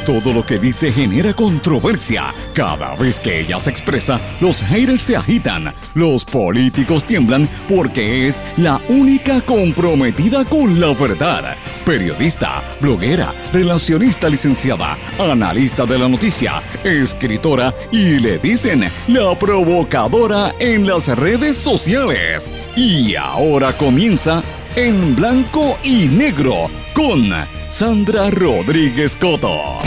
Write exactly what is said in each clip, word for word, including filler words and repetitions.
Todo lo que dice genera controversia. Cada vez que ella se expresa, los haters se agitan. Los políticos tiemblan porque es la única comprometida con la verdad. Periodista, bloguera, relacionista licenciada, analista de la noticia, escritora y le dicen la provocadora en las redes sociales. Y ahora comienza En Blanco y Negro con Sandra Rodríguez Coto.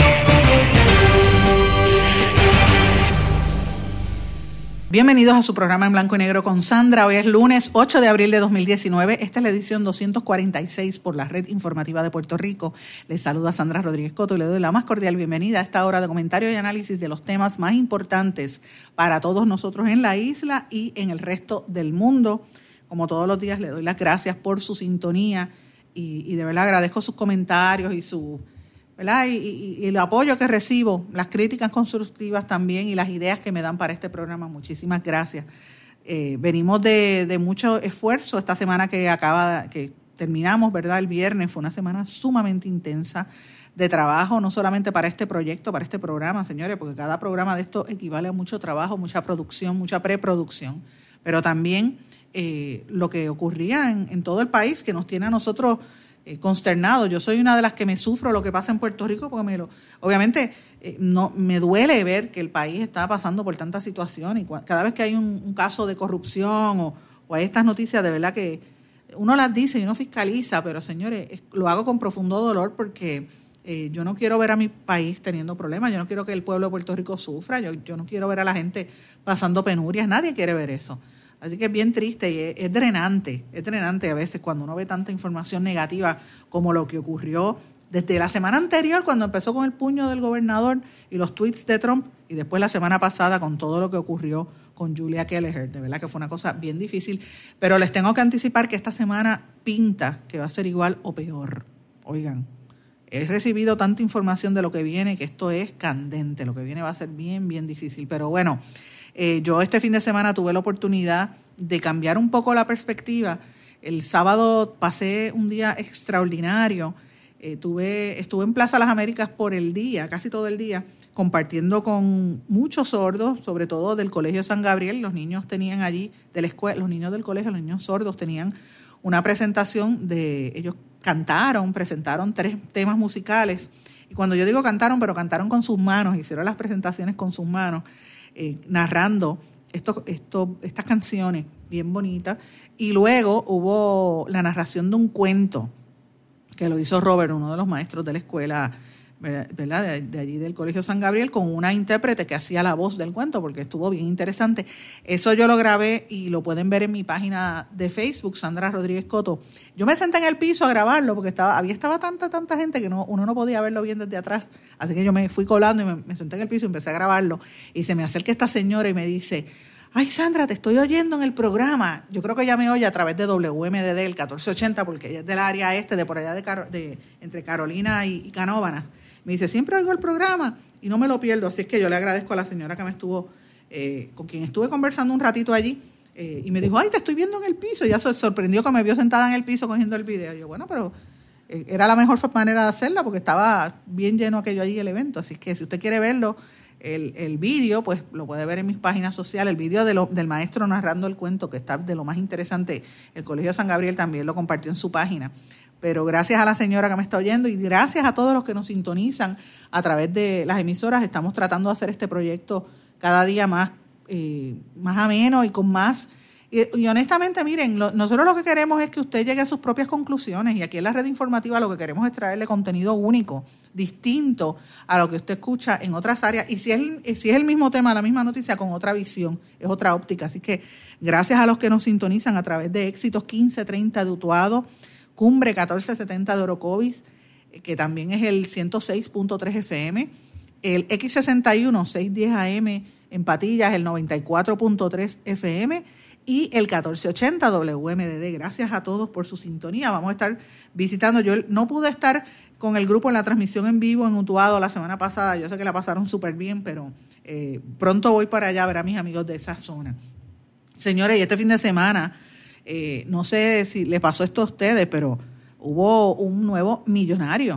Bienvenidos a su programa En Blanco y Negro con Sandra. Hoy es lunes ocho de abril de dos mil diecinueve. Esta es la edición doscientos cuarenta y seis por la Red Informativa de Puerto Rico. Les saluda Sandra Rodríguez Coto y le doy la más cordial bienvenida a esta hora de comentario y análisis de los temas más importantes para todos nosotros en la isla y en el resto del mundo. Como todos los días, le doy las gracias por su sintonía y, y de verdad agradezco sus comentarios y su... ¿verdad? Y, y, y el apoyo que recibo, las críticas constructivas también y las ideas que me dan para este programa. Muchísimas gracias. Eh, venimos de, de mucho esfuerzo esta semana que acaba, que terminamos, ¿verdad? El viernes fue una semana sumamente intensa de trabajo, no solamente para este proyecto, para este programa, señores, porque cada programa de esto equivale a mucho trabajo, mucha producción, mucha preproducción, pero también eh, lo que ocurría en, en todo el país, que nos tiene a nosotros consternado. Yo soy una de las que me sufro lo que pasa en Puerto Rico, porque me lo, obviamente eh, no me duele ver que el país está pasando por tantas situaciones. Y cada vez que hay un, un caso de corrupción o, o hay estas noticias, de verdad que uno las dice y uno fiscaliza, pero señores, es, lo hago con profundo dolor porque eh, yo no quiero ver a mi país teniendo problemas, yo no quiero que el pueblo de Puerto Rico sufra, yo, yo no quiero ver a la gente pasando penurias, nadie quiere ver eso. Así que es bien triste y es, es drenante, es drenante a veces cuando uno ve tanta información negativa como lo que ocurrió desde la semana anterior cuando empezó con el puño del gobernador y los tweets de Trump y después la semana pasada con todo lo que ocurrió con Julia Kelleher. De verdad que fue una cosa bien difícil, pero les tengo que anticipar que esta semana pinta que va a ser igual o peor. Oigan, he recibido tanta información de lo que viene que esto es candente, lo que viene va a ser bien, bien difícil, pero bueno. Eh, yo este fin de semana tuve la oportunidad de cambiar un poco la perspectiva. El sábado pasé un día extraordinario. Eh, tuve, estuve en Plaza Las Américas por el día, casi todo el día, compartiendo con muchos sordos, sobre todo del Colegio San Gabriel. Los niños tenían allí, de la escuela, los niños del colegio, los niños sordos tenían una presentación de, ellos cantaron, presentaron tres temas musicales. Y cuando yo digo cantaron, pero cantaron con sus manos, hicieron las presentaciones con sus manos. Eh, narrando esto, esto, estas canciones bien bonitas, y luego hubo la narración de un cuento que lo hizo Robert, uno de los maestros de la escuela, ¿verdad? De, de allí del Colegio San Gabriel, con una intérprete que hacía la voz del cuento, porque estuvo bien interesante. Eso yo lo grabé y lo pueden ver en mi página de Facebook, Sandra Rodríguez Coto. Yo me senté en el piso a grabarlo porque estaba, había estaba tanta, tanta gente que no, uno no podía verlo bien desde atrás. Así que yo me fui colando y me, me senté en el piso y empecé a grabarlo. Y se me acerca esta señora y me dice: ay, Sandra, te estoy oyendo en el programa. Yo creo que ella me oye a través de W M D D, el catorce ochenta, porque ella es del área este, de por allá de, Caro, de entre Carolina y, y Canóvanas. Me dice, siempre oigo el programa y no me lo pierdo. Así es que yo le agradezco a la señora que me estuvo, eh, con quien estuve conversando un ratito allí, eh, y me dijo, ay, te estoy viendo en el piso. Y ella se sorprendió que me vio sentada en el piso cogiendo el video. Y yo, bueno, pero eh, era la mejor manera de hacerla porque estaba bien lleno aquello allí, el evento. Así que si usted quiere verlo, el, el vídeo, pues lo puede ver en mis páginas sociales. El vídeo de lo, del maestro narrando el cuento, que está de lo más interesante. El Colegio San Gabriel también lo compartió en su página. Pero gracias a la señora que me está oyendo y gracias a todos los que nos sintonizan a través de las emisoras, estamos tratando de hacer este proyecto cada día más, eh, más ameno y con más... Y, y honestamente, miren, lo, nosotros lo que queremos es que usted llegue a sus propias conclusiones, y aquí en la red informativa lo que queremos es traerle contenido único, distinto a lo que usted escucha en otras áreas. Y si es, si es el mismo tema, la misma noticia, con otra visión, es otra óptica. Así que gracias a los que nos sintonizan a través de Éxitos quince treinta de Utuado, Cumbre catorce setenta de Orocovis, que también es el ciento seis punto tres F M, el X sesenta y uno, seiscientos diez A M en Patillas, el noventa y cuatro punto tres F M, y el catorce ochenta W M D D. Gracias a todos por su sintonía. Vamos a estar visitando. Yo no pude estar con el grupo en la transmisión en vivo en Utuado la semana pasada. Yo sé que la pasaron súper bien, pero eh, pronto voy para allá a ver a mis amigos de esa zona. Señores, y este fin de semana... Eh, no sé si le pasó esto a ustedes, pero hubo un nuevo millonario,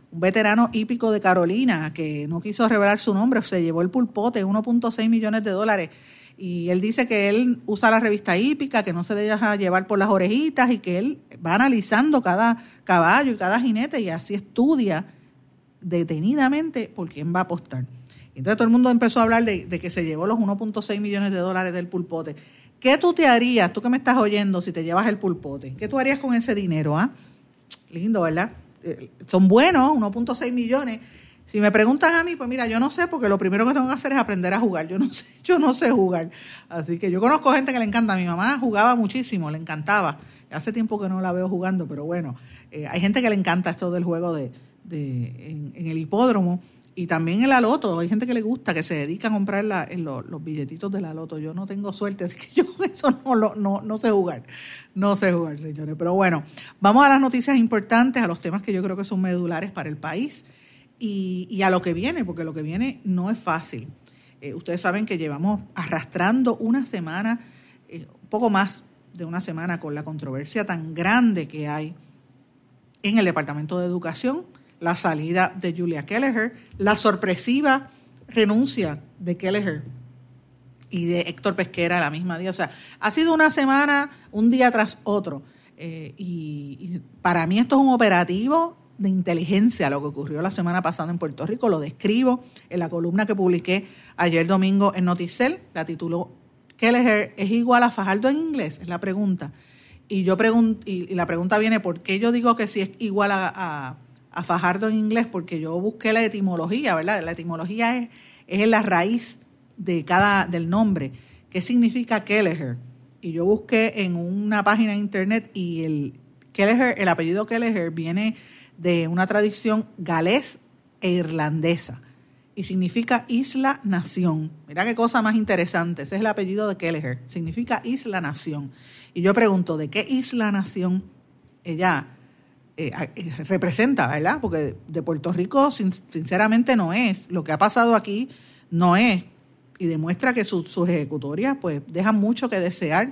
un veterano hípico de Carolina que no quiso revelar su nombre, se llevó el pulpote, uno punto seis millones de dólares. Y él dice que él usa la revista hípica, que no se deja llevar por las orejitas y que él va analizando cada caballo y cada jinete y así estudia detenidamente por quién va a apostar. Entonces todo el mundo empezó a hablar de, de que se llevó los uno punto seis millones de dólares del pulpote. ¿Qué tú te harías, tú que me estás oyendo, si te llevas el pulpote? ¿Qué tú harías con ese dinero? ¿Ah? Lindo, ¿verdad? Eh, son buenos, uno punto seis millones. Si me preguntas a mí, pues mira, yo no sé, porque lo primero que tengo que hacer es aprender a jugar. Yo no sé, yo no sé jugar. Así que yo conozco gente que le encanta. Mi mamá jugaba muchísimo, le encantaba. Hace tiempo que no la veo jugando, pero bueno, eh, hay gente que le encanta esto del juego de, de en, en el hipódromo y también en la loto. Hay gente que le gusta, que se dedica a comprar la, en lo, los billetitos de la loto. Yo no tengo suerte, así que yo eso no, lo, no, no sé jugar. No sé jugar, señores. Pero bueno, vamos a las noticias importantes, a los temas que yo creo que son medulares para el país. Y, y a lo que viene, porque lo que viene no es fácil. Eh, ustedes saben que llevamos arrastrando una semana, eh, un poco más de una semana, con la controversia tan grande que hay en el Departamento de Educación, la salida de Julia Kelleher, la sorpresiva renuncia de Kelleher y de Héctor Pesquera a la misma día. O sea, ha sido una semana, un día tras otro. Eh, y, y para mí esto es un operativo de inteligencia, lo que ocurrió la semana pasada en Puerto Rico. Lo describo en la columna que publiqué ayer domingo en Noticel. La tituló ¿Kelleher es igual a Fajardo en inglés? Es la pregunta. Y yo pregun- y, y la pregunta viene, ¿por qué yo digo que sí es igual a, a, a Fajardo en inglés? Porque yo busqué la etimología, ¿verdad? La etimología es, es la raíz de cada, del nombre. ¿Qué significa Kelleher? Y yo busqué en una página de internet y el Kelleher, el apellido Kelleher viene de una tradición galés e irlandesa y significa isla-nación. Mira qué cosa más interesante. Ese es el apellido de Kelleher. Significa isla-nación. Y yo pregunto, ¿de qué isla-nación ella eh, representa, verdad? Porque de Puerto Rico, sin, sinceramente, no es. Lo que ha pasado aquí no es. Y demuestra que su, sus ejecutorias pues, dejan mucho que desear.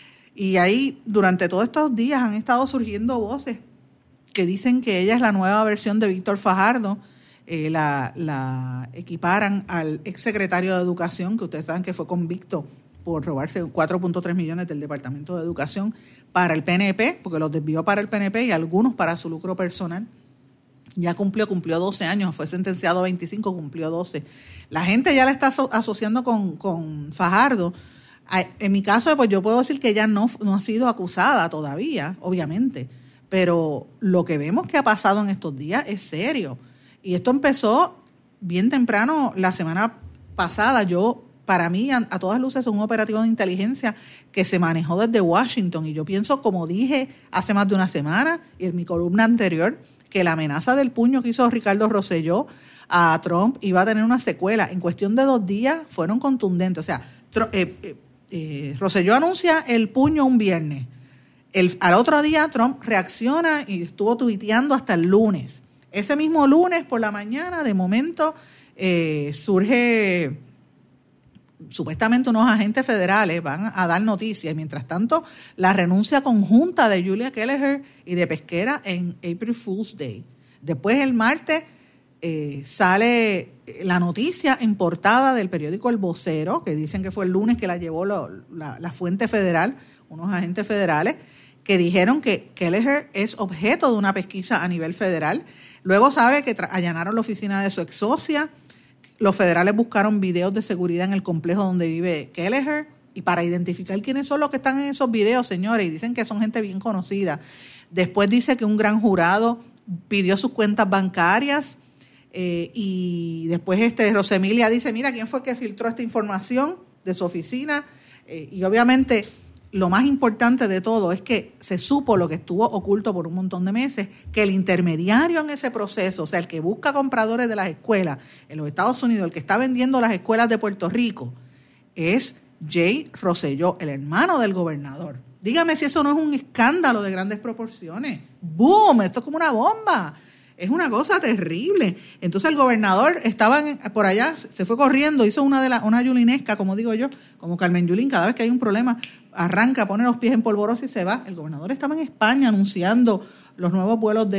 Y ahí, durante todos estos días, han estado surgiendo voces que dicen que ella es la nueva versión de Víctor Fajardo. Eh, la, la equiparan al exsecretario de Educación, que ustedes saben que fue convicto por robarse cuatro punto tres millones del Departamento de Educación para el P N P, porque los desvió para el P N P y algunos para su lucro personal. Ya cumplió, cumplió doce años, fue sentenciado a veinticinco, cumplió doce. La gente ya la está aso- asociando con, con Fajardo. En mi caso, pues yo puedo decir que ella no, no ha sido acusada todavía, obviamente, pero lo que vemos que ha pasado en estos días es serio. Y esto empezó bien temprano la semana pasada. Yo, para mí, a, a todas luces, es un operativo de inteligencia que se manejó desde Washington. Y yo pienso, como dije hace más de una semana y en mi columna anterior, que la amenaza del puño que hizo Ricardo Rosselló a Trump iba a tener una secuela. En cuestión de dos días fueron contundentes. O sea, Trump, eh, eh, eh, Rosselló anuncia el puño un viernes. El, al otro día Trump reacciona y estuvo tuiteando hasta el lunes. Ese mismo lunes por la mañana, de momento, eh, surge, supuestamente unos agentes federales van a dar noticias. Y mientras tanto, la renuncia conjunta de Julia Kelleher y de Pesquera en April Fool's Day. Después, el martes, eh, sale la noticia en portada del periódico El Vocero, que dicen que fue el lunes que la llevó lo, la, la fuente federal, unos agentes federales, que dijeron que Kelleher es objeto de una pesquisa a nivel federal. Luego sabe que tra- allanaron la oficina de su ex socia. Los federales buscaron videos de seguridad en el complejo donde vive Kelleher y para identificar quiénes son los que están en esos videos, señores, y dicen que son gente bien conocida. Después dice que un gran jurado pidió sus cuentas bancarias eh, y después este Rosemilia dice, mira, ¿quién fue que filtró esta información de su oficina? Eh, y obviamente lo más importante de todo es que se supo lo que estuvo oculto por un montón de meses, que el intermediario en ese proceso, o sea, el que busca compradores de las escuelas en los Estados Unidos, el que está vendiendo las escuelas de Puerto Rico, es Jay Rosselló, el hermano del gobernador. Dígame si eso no es un escándalo de grandes proporciones. ¡Boom! Esto es como una bomba. Es una cosa terrible. Entonces el gobernador estaba en, por allá, se fue corriendo, hizo una de la, una yulinesca, como digo yo, como Carmen Yulín, cada vez que hay un problema, arranca, pone los pies en polvorosa y se va. El gobernador estaba en España anunciando los nuevos vuelos de,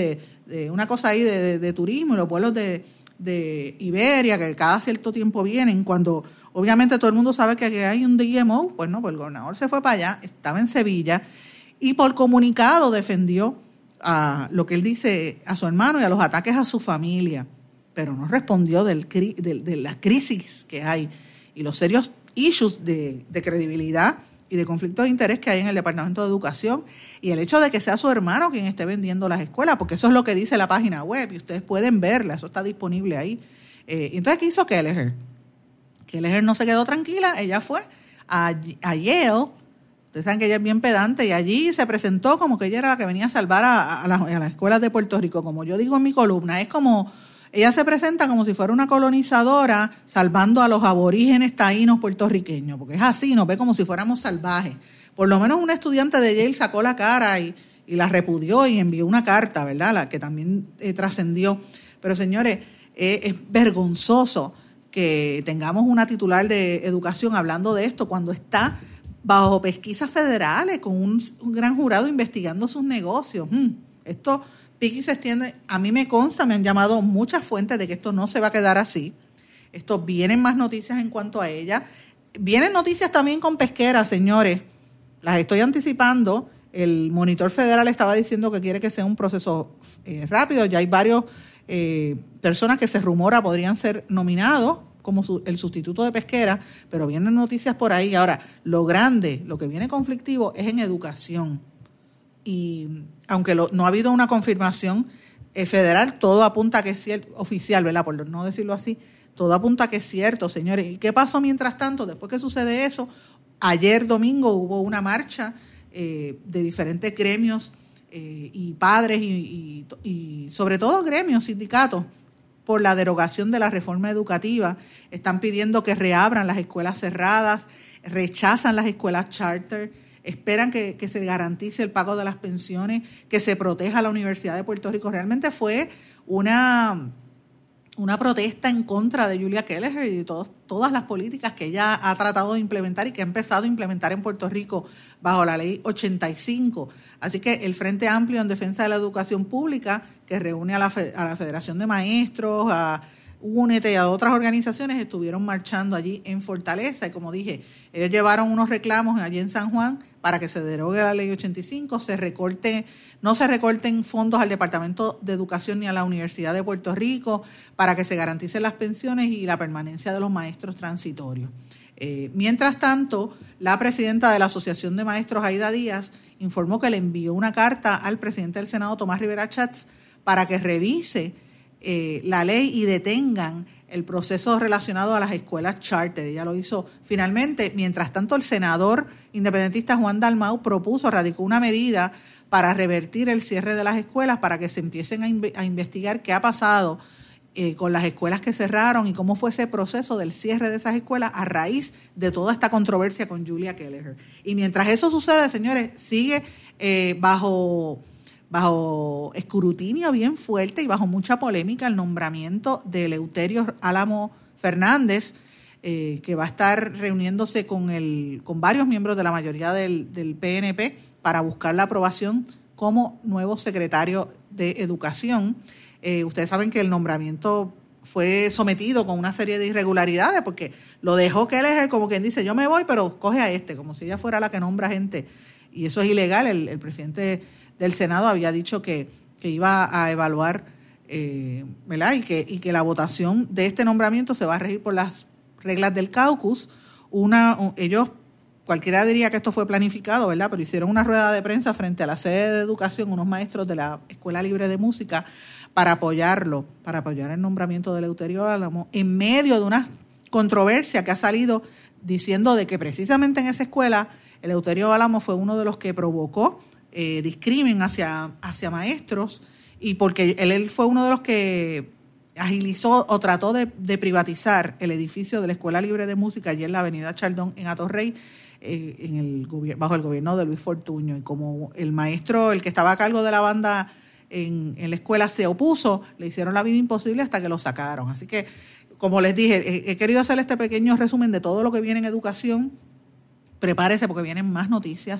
de una cosa ahí de, de, de turismo, y los vuelos de, de Iberia, que cada cierto tiempo vienen, cuando obviamente todo el mundo sabe que aquí hay un D M O, pues no, pues el gobernador se fue para allá, estaba en Sevilla, y por comunicado defendió a lo que él dice a su hermano y a los ataques a su familia, pero no respondió del, de, de la crisis que hay y los serios issues de, de credibilidad y de conflicto de interés que hay en el Departamento de Educación, y el hecho de que sea su hermano quien esté vendiendo las escuelas, porque eso es lo que dice la página web y ustedes pueden verla, eso está disponible ahí. Eh, entonces, ¿qué hizo Kelleher? Kelleher no se quedó tranquila, ella fue a, a Yale. Ustedes saben que ella es bien pedante, y allí se presentó como que ella era la que venía a salvar a, a, las, a las escuelas de Puerto Rico. Como yo digo en mi columna, es como, ella se presenta como si fuera una colonizadora salvando a los aborígenes taínos puertorriqueños, porque es así, nos ve como si fuéramos salvajes. Por lo menos una estudiante de Yale sacó la cara y, y la repudió y envió una carta, ¿verdad?, la que también eh, trascendió. Pero señores, eh, es vergonzoso que tengamos una titular de educación hablando de esto cuando está bajo pesquisas federales, con un, un gran jurado investigando sus negocios. Hmm, esto pique y se extiende. A mí me consta, me han llamado muchas fuentes de que esto no se va a quedar así. Esto vienen más noticias en cuanto a ella. Vienen noticias también con pesqueras, señores. Las estoy anticipando. El monitor federal estaba diciendo que quiere que sea un proceso eh, rápido. Ya hay varios eh, personas que se rumora podrían ser nominados como su, el sustituto de pesquera, pero vienen noticias por ahí. Ahora, lo grande, lo que viene conflictivo es en educación. Y aunque lo, no ha habido una confirmación eh, federal, todo apunta a que es cierto, oficial, ¿verdad?, por no decirlo así, todo apunta a que es cierto, señores. ¿Y qué pasó mientras tanto? Después que sucede eso, ayer domingo hubo una marcha eh, de diferentes gremios eh, y padres y, y, y sobre todo gremios, sindicatos, por la derogación de la reforma educativa. Están pidiendo que reabran las escuelas cerradas, rechazan las escuelas charter, esperan que, que se garantice el pago de las pensiones, que se proteja a la Universidad de Puerto Rico. Realmente fue una, una protesta en contra de Julia Kelleher y de todos, todas las políticas que ella ha tratado de implementar y que ha empezado a implementar en Puerto Rico bajo la ley ochenta y cinco. Así que el Frente Amplio en Defensa de la Educación Pública, que reúne a la, a la Federación de Maestros, a Únete y a otras organizaciones, estuvieron marchando allí en Fortaleza. Y como dije, ellos llevaron unos reclamos allí en San Juan para que se derogue la ley ochenta y cinco, se recorte, no se recorten fondos al Departamento de Educación ni a la Universidad de Puerto Rico, para que se garanticen las pensiones y la permanencia de los maestros transitorios. Eh, mientras tanto, la presidenta de la Asociación de Maestros, Aida Díaz, informó que le envió una carta al presidente del Senado, Tomás Rivera Schatz, para que revise eh, la ley y detengan el proceso relacionado a las escuelas charter. Ella lo hizo finalmente. Mientras tanto, el senador independentista Juan Dalmau propuso, radicó una medida para revertir el cierre de las escuelas, para que se empiecen a, inve- a investigar qué ha pasado eh, con las escuelas que cerraron y cómo fue ese proceso del cierre de esas escuelas a raíz de toda esta controversia con Julia Kelleher. Y mientras eso sucede, señores, sigue eh, bajo... bajo escrutinio bien fuerte y bajo mucha polémica el nombramiento de Eleuterio Álamo Fernández, eh, que va a estar reuniéndose con el con varios miembros de la mayoría del, del P N P para buscar la aprobación como nuevo secretario de Educación. Eh, ustedes saben que el nombramiento fue sometido con una serie de irregularidades, porque lo dejó Kelleher como quien dice, yo me voy, pero coge a este, como si ella fuera la que nombra gente. Y eso es ilegal. El, el presidente del Senado había dicho que, que iba a evaluar, eh, ¿verdad? Y que, y que la votación de este nombramiento se va a regir por las reglas del caucus. Una, ellos, cualquiera diría que esto fue planificado, ¿verdad? Pero hicieron una rueda de prensa frente a la sede de Educación, unos maestros de la Escuela Libre de Música, para apoyarlo, para apoyar el nombramiento de Eleuterio Álamo, en medio de una controversia que ha salido diciendo de que precisamente en esa escuela Eleuterio Álamo fue uno de los que provocó Eh, discrimen hacia, hacia maestros, y porque él, él fue uno de los que agilizó o trató de, de privatizar el edificio de la Escuela Libre de Música allí en la avenida Chaldón en Atorrey, eh, en el bajo el gobierno de Luis Fortuño. Y como el maestro, el que estaba a cargo de la banda en, en la escuela, se opuso, le hicieron la vida imposible hasta que lo sacaron. Así que, como les dije, he, he querido hacer este pequeño resumen de todo lo que viene en educación. Prepárese porque vienen más noticias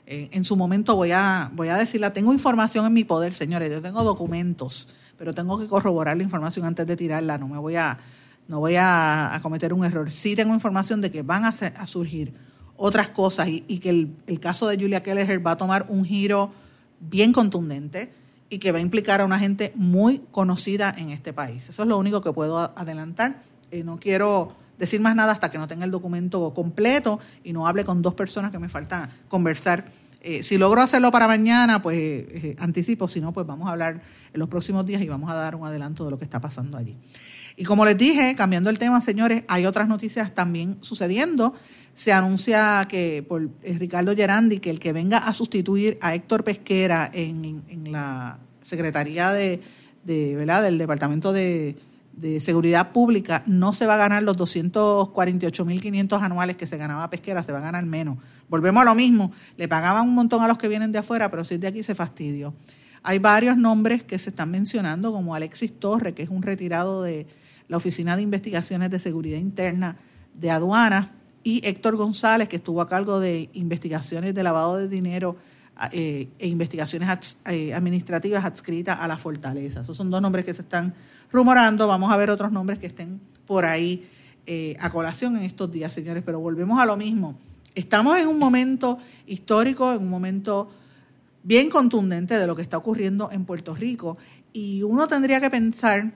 Eh, en su momento voy a, voy a decirla, tengo información en mi poder, señores, yo tengo documentos, pero tengo que corroborar la información antes de tirarla, no me voy a, no voy a, a cometer un error. Sí tengo información de que van a, ser, a surgir otras cosas y, y que el, el caso de Julia Kelleher va a tomar un giro bien contundente y que va a implicar a una gente muy conocida en este país. Eso es lo único que puedo adelantar. Eh, no quiero decir más nada hasta que no tenga el documento completo y no hable con dos personas que me falta conversar. Eh, si logro hacerlo para mañana, pues eh, anticipo. Si no, pues vamos a hablar en los próximos días y vamos a dar un adelanto de lo que está pasando allí. Y como les dije, cambiando el tema, señores, hay otras noticias también sucediendo. Se anuncia que por Ricardo Gerandi, que el que venga a sustituir a Héctor Pesquera en, en la Secretaría de, de ¿verdad? del Departamento de, de Seguridad Pública, no se va a ganar los doscientos cuarenta y ocho mil quinientos anuales que se ganaba Pesquera, se va a ganar menos. Volvemos a lo mismo, le pagaban un montón a los que vienen de afuera, pero si es de aquí se fastidió. Hay varios nombres que se están mencionando, como Alexis Torres, que es un retirado de la Oficina de Investigaciones de Seguridad Interna de Aduanas, y Héctor González, que estuvo a cargo de investigaciones de lavado de dinero eh, e investigaciones ats, eh, administrativas adscritas a la Fortaleza. Esos son dos nombres que se están rumorando. Vamos a ver otros nombres que estén por ahí eh, a colación en estos días, señores. Pero volvemos a lo mismo. Estamos en un momento histórico, en un momento bien contundente de lo que está ocurriendo en Puerto Rico. Y uno tendría que pensar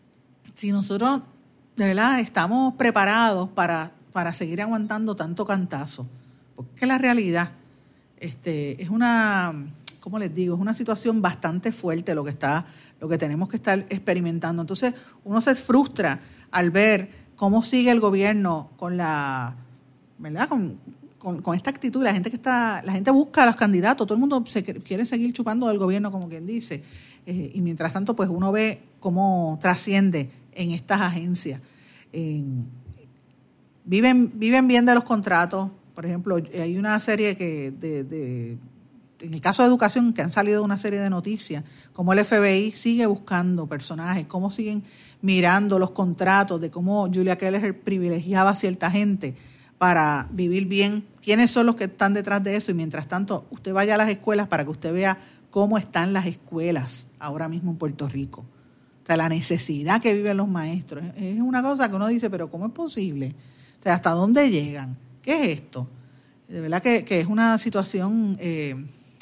si nosotros de verdad estamos preparados para... para seguir aguantando tanto cantazo. Porque es que la realidad este, es una, ¿cómo les digo? Es una situación bastante fuerte lo que está, lo que tenemos que estar experimentando. Entonces, uno se frustra al ver cómo sigue el gobierno con la, ¿verdad? Con, con, con esta actitud. La gente que está, la gente busca a los candidatos, todo el mundo se quiere seguir chupando del gobierno, como quien dice. Eh, y mientras tanto, pues uno ve cómo trasciende en estas agencias. En, Viven, viven bien de los contratos. Por ejemplo, hay una serie que, de, de, en el caso de educación, que han salido una serie de noticias, como el F B I sigue buscando personajes, cómo siguen mirando los contratos, de cómo Julia Kelleher privilegiaba a cierta gente para vivir bien, quiénes son los que están detrás de eso. Y mientras tanto, usted vaya a las escuelas para que usted vea cómo están las escuelas ahora mismo en Puerto Rico. O sea, la necesidad que viven los maestros. Es una cosa que uno dice, pero ¿cómo es posible? O sea, ¿hasta dónde llegan? ¿Qué es esto? De verdad que, que es una situación eh,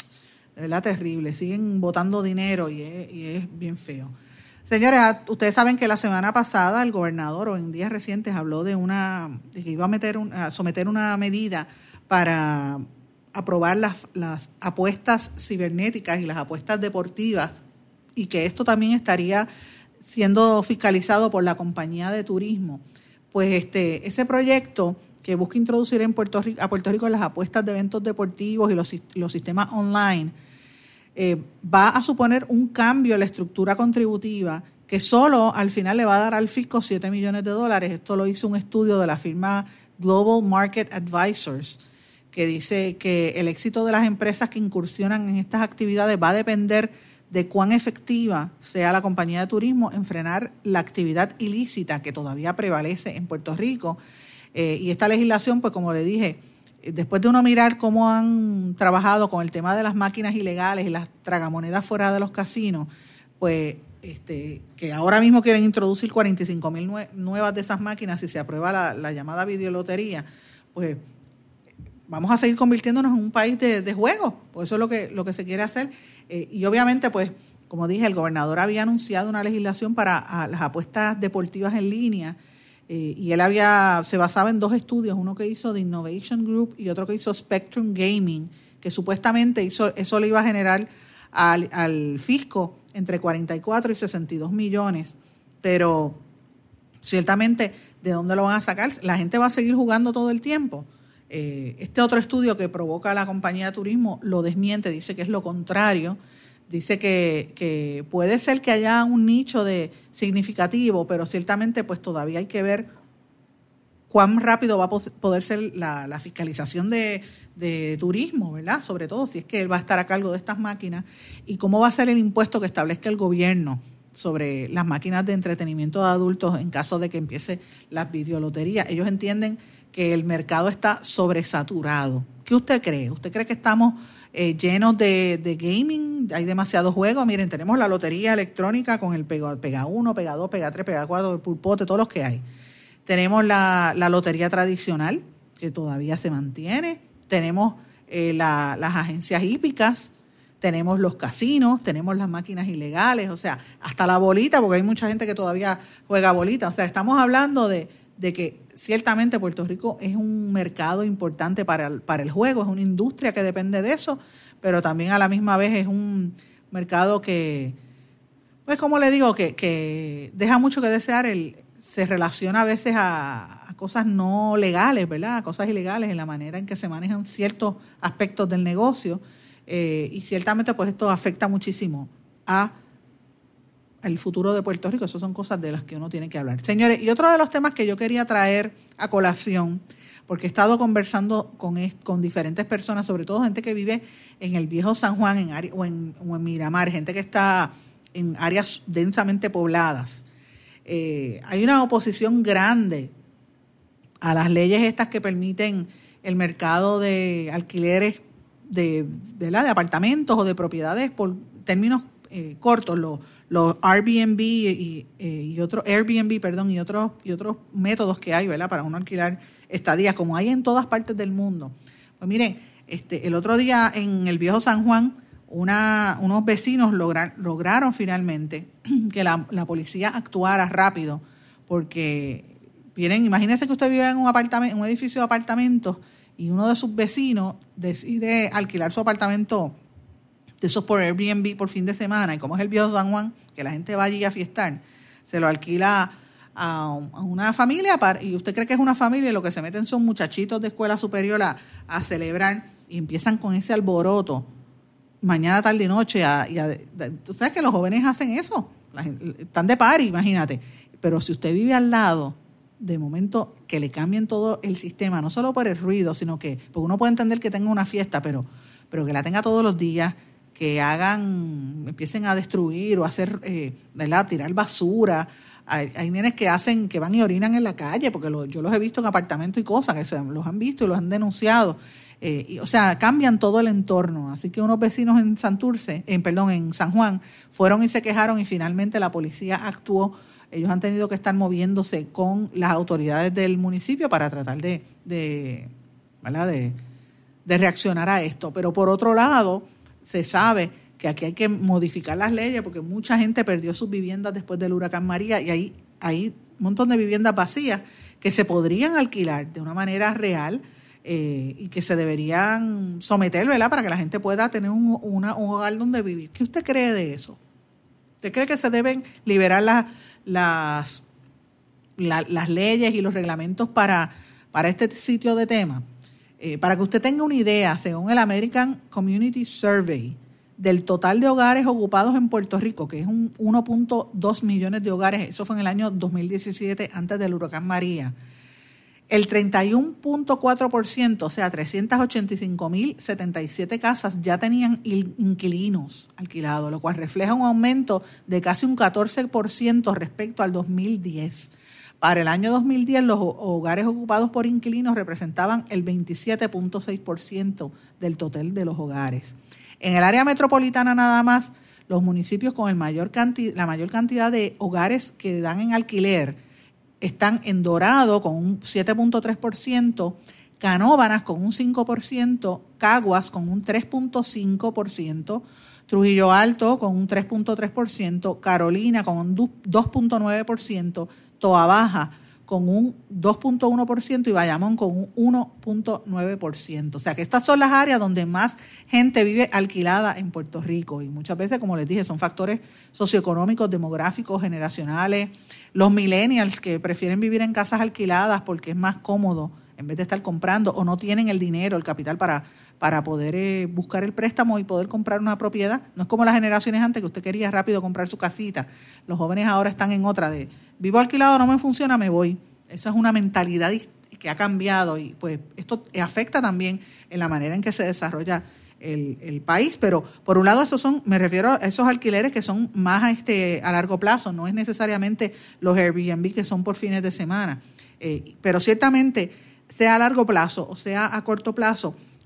de verdad terrible. Siguen botando dinero y es, y es bien feo. Señores, ustedes saben que la semana pasada el gobernador, o en días recientes, habló de una de que iba a, meter un, a someter una medida para aprobar las, las apuestas cibernéticas y las apuestas deportivas, y que esto también estaría siendo fiscalizado por la compañía de turismo. Pues este ese proyecto que busca introducir en Puerto Rico, a Puerto Rico las apuestas de eventos deportivos y los, los sistemas online, eh, va a suponer un cambio en la estructura contributiva que solo al final le va a dar al fisco siete millones de dólares. Esto lo hizo un estudio de la firma Global Market Advisors, que dice que el éxito de las empresas que incursionan en estas actividades va a depender de cuán efectiva sea la compañía de turismo en frenar la actividad ilícita que todavía prevalece en Puerto Rico. Eh, y esta legislación, pues como le dije, después de uno mirar cómo han trabajado con el tema de las máquinas ilegales y las tragamonedas fuera de los casinos, pues este, que ahora mismo quieren introducir cuarenta y cinco mil nue- nuevas de esas máquinas si se aprueba la, la llamada videolotería, pues vamos a seguir convirtiéndonos en un país de, de juegos, pues eso es lo que, lo que se quiere hacer. Eh, y obviamente, pues, como dije, el gobernador había anunciado una legislación para a, las apuestas deportivas en línea, eh, y él había se basaba en dos estudios, uno que hizo de Innovation Group y otro que hizo Spectrum Gaming, que supuestamente hizo, eso le iba a generar al, al fisco entre cuarenta y cuatro y sesenta y dos millones, pero ciertamente, ¿de dónde lo van a sacar? La gente va a seguir jugando todo el tiempo. Este otro estudio que provoca la compañía de turismo lo desmiente, dice que es lo contrario, dice que, que puede ser que haya un nicho de significativo, pero ciertamente pues todavía hay que ver cuán rápido va a poder ser la, la fiscalización de, de turismo, ¿verdad? Sobre todo si es que él va a estar a cargo de estas máquinas, y cómo va a ser el impuesto que establezca el gobierno sobre las máquinas de entretenimiento de adultos en caso de que empiece las videoloterías. Ellos entienden que el mercado está sobresaturado. ¿Qué usted cree? ¿Usted cree que estamos eh, llenos de, de gaming, hay demasiados juegos. Miren, tenemos la lotería electrónica con el Pega, Pega uno, Pega dos, Pega tres, Pega cuatro, el pulpote, todos los que hay. Tenemos la, la lotería tradicional, que todavía se mantiene. Tenemos eh, la, las agencias hípicas, tenemos los casinos, tenemos las máquinas ilegales, o sea, hasta la bolita, porque hay mucha gente que todavía juega bolita. O sea, estamos hablando de, de que ciertamente Puerto Rico es un mercado importante para el, para el juego, es una industria que depende de eso, pero también a la misma vez es un mercado que, pues como le digo, que, que deja mucho que desear. El, se relaciona a veces a, a cosas no legales, ¿verdad? A cosas ilegales en la manera en que se manejan ciertos aspectos del negocio. Eh, y ciertamente pues esto afecta muchísimo a el futuro de Puerto Rico. Esas son cosas de las que uno tiene que hablar. Señores, y otro de los temas que yo quería traer a colación, porque he estado conversando con, con diferentes personas, sobre todo gente que vive en el viejo San Juan en área, o, en, o en Miramar, gente que está en áreas densamente pobladas. Eh, hay una oposición grande a las leyes estas que permiten el mercado de alquileres de, de, de apartamentos o de propiedades por términos eh, cortos, los, los Airbnb y, y, y otros Airbnb, perdón, y otros y otros métodos que hay, ¿verdad?, para uno alquilar estadías, como hay en todas partes del mundo. Pues miren, este, el otro día en el viejo San Juan, una, unos vecinos logra, lograron finalmente que la, la policía actuara rápido, porque miren, imagínense que usted vive en un apartamento, en un edificio de apartamentos, y uno de sus vecinos decide alquilar su apartamento de esos por Airbnb por fin de semana, y como es el viejo San Juan, que la gente va allí a fiestar, se lo alquila a, a una familia, para, y usted cree que es una familia, y lo que se meten son muchachitos de escuela superior a, a celebrar, y empiezan con ese alboroto, mañana, tarde y noche. A, y a, ¿tú sabes que los jóvenes hacen eso? La gente, están de party, imagínate. Pero si usted vive al lado, de momento que le cambien todo el sistema, no solo por el ruido, sino que, porque uno puede entender que tenga una fiesta, pero, pero que la tenga todos los días, que hagan, empiecen a destruir o a hacer, eh, ¿verdad?, tirar basura. Hay, hay nenes que hacen, que van y orinan en la calle, porque lo, yo los he visto en apartamentos y cosas, que se, los han visto y los han denunciado. Eh, y, o sea, cambian todo el entorno. Así que unos vecinos en Santurce, en, perdón, en San Juan, fueron y se quejaron, y finalmente la policía actuó. Ellos han tenido que estar moviéndose con las autoridades del municipio para tratar de, de, ¿verdad?, de, de reaccionar a esto. Pero por otro lado, se sabe que aquí hay que modificar las leyes, porque mucha gente perdió sus viviendas después del huracán María, y hay, hay un montón de viviendas vacías que se podrían alquilar de una manera real, eh, y que se deberían someter, ¿verdad?, para que la gente pueda tener un, una, un hogar donde vivir. ¿Qué usted cree de eso? ¿Usted cree que se deben liberar las las, la, las leyes y los reglamentos para, para este sitio de tema? Eh, para que usted tenga una idea, según el American Community Survey, del total de hogares ocupados en Puerto Rico, que es un uno punto dos millones de hogares, eso fue en el año dos mil diecisiete, antes del huracán María, el treinta y uno punto cuatro por ciento, o sea, trescientas ochenta y cinco mil setenta y siete casas ya tenían inquilinos alquilados, lo cual refleja un aumento de casi un catorce por ciento respecto al dos mil diez. Para el año dos mil diez, los hogares ocupados por inquilinos representaban el veintisiete punto seis por ciento del total de los hogares. En el área metropolitana nada más, los municipios con el mayor canti- la mayor cantidad de hogares que dan en alquiler están en Dorado con un siete punto tres por ciento, Canóvanas con un cinco por ciento, Caguas con un tres punto cinco por ciento, Trujillo Alto con un tres punto tres por ciento, Carolina con un dos punto nueve por ciento, Toabaja con un dos punto uno por ciento y Bayamón con un uno punto nueve por ciento. O sea que estas son las áreas donde más gente vive alquilada en Puerto Rico, y muchas veces, como les dije, son factores socioeconómicos, demográficos, generacionales. Los millennials que prefieren vivir en casas alquiladas porque es más cómodo en vez de estar comprando, o no tienen el dinero, el capital para, para poder eh, buscar el préstamo y poder comprar una propiedad. No es como las generaciones antes, que usted quería rápido comprar su casita. Los jóvenes ahora están en otra de, vivo alquilado, no me funciona, me voy. Esa es una mentalidad que ha cambiado, y pues esto afecta también en la manera en que se desarrolla el, el país. Pero por un lado, esos son, me refiero a esos alquileres que son más este, a largo plazo, no es necesariamente los Airbnb que son por fines de semana. Eh, pero ciertamente, sea a largo plazo o sea a corto plazo,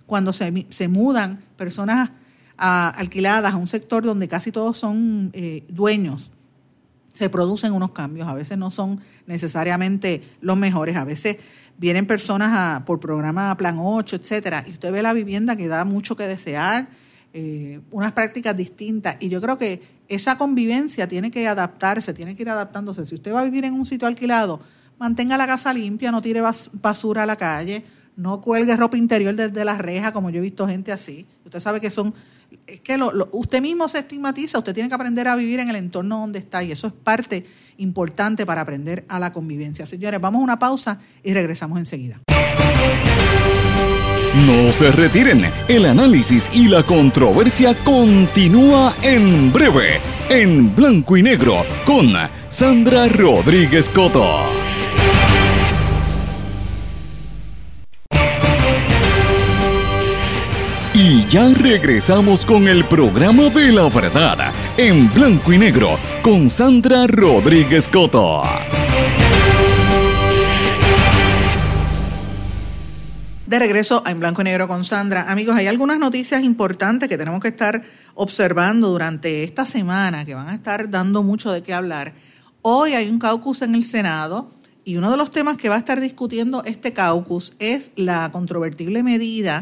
cuando se, se mudan personas a, alquiladas a un sector donde casi todos son eh, dueños, se producen unos cambios. A veces no son necesariamente los mejores, a veces vienen personas a, por programa Plan ocho, etcétera, y usted ve la vivienda que da mucho que desear, eh, unas prácticas distintas, y yo creo que esa convivencia tiene que adaptarse, tiene que ir adaptándose. Si usted va a vivir en un sitio alquilado, mantenga la casa limpia, no tire basura a la calle, no cuelgue ropa interior desde la reja, como yo he visto gente así. Usted sabe que son, es que lo, lo, usted mismo se estigmatiza, usted tiene que aprender a vivir en el entorno donde está, y eso es parte importante para aprender a la convivencia. Señores, vamos a una pausa y regresamos enseguida. No se retiren, el análisis y la controversia continúa en breve, en Blanco y Negro, con Sandra Rodríguez Coto. Y ya regresamos con el programa de la verdad, en Blanco y Negro, con Sandra Rodríguez Coto. De regreso a En Blanco y Negro con Sandra. Amigos, hay algunas noticias importantes que tenemos que estar observando durante esta semana, que van a estar dando mucho de qué hablar. Hoy hay un caucus en el Senado, y uno de los temas que va a estar discutiendo este caucus es la controvertible medida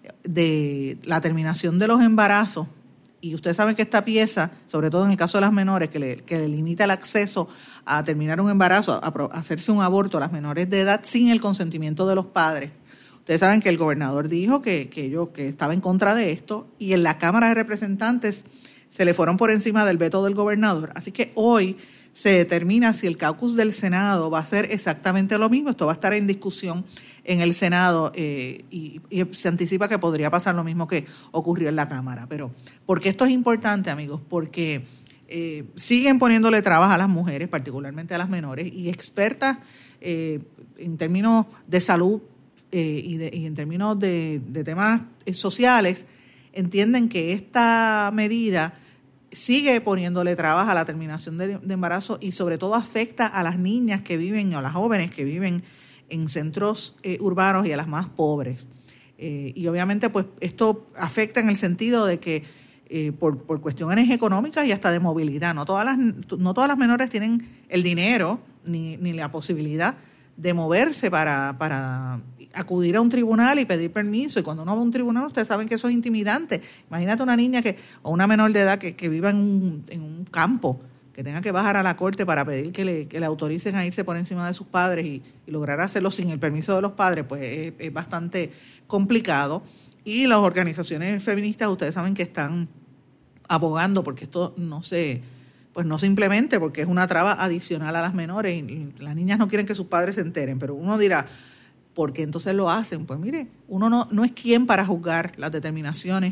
de la terminación de los embarazos. Y ustedes saben que esta pieza, sobre todo en el caso de las menores, que le, que le limita el acceso a terminar un embarazo, a, a hacerse un aborto a las menores de edad sin el consentimiento de los padres. Ustedes saben que el gobernador dijo que, que, yo, que estaba en contra de esto, y en la Cámara de Representantes se le fueron por encima del veto del gobernador. Así que hoy se determina si el caucus del Senado va a ser exactamente lo mismo. Esto va a estar en discusión en el Senado eh, y, y se anticipa que podría pasar lo mismo que ocurrió en la Cámara. Pero, ¿por qué esto es importante, amigos? Porque eh, siguen poniéndole trabas a las mujeres, particularmente a las menores, y expertas eh, en términos de salud eh, y, de, y en términos de, de temas sociales, entienden que esta medida sigue poniéndole trabas a la terminación de, de embarazo, y sobre todo afecta a las niñas que viven, o a las jóvenes que viven en centros eh, urbanos, y a las más pobres. Eh, y obviamente pues esto afecta en el sentido de que eh, por, por cuestiones económicas y hasta de movilidad, no todas las, no todas las menores tienen el dinero ni, ni la posibilidad de moverse para, para acudir a un tribunal y pedir permiso. Y cuando uno va a un tribunal, ustedes saben que eso es intimidante. Imagínate una niña que o una menor de edad que, que viva en un, en un campo, que tenga que bajar a la corte para pedir que le, que le autoricen a irse por encima de sus padres y, y lograr hacerlo sin el permiso de los padres, pues es, es bastante complicado. Y las organizaciones feministas, ustedes saben que están abogando porque esto no se... pues no se implemente, porque es una traba adicional a las menores, y las niñas no quieren que sus padres se enteren. Pero uno dirá, ¿por qué entonces lo hacen? Pues mire, uno no, no es quien para juzgar las determinaciones.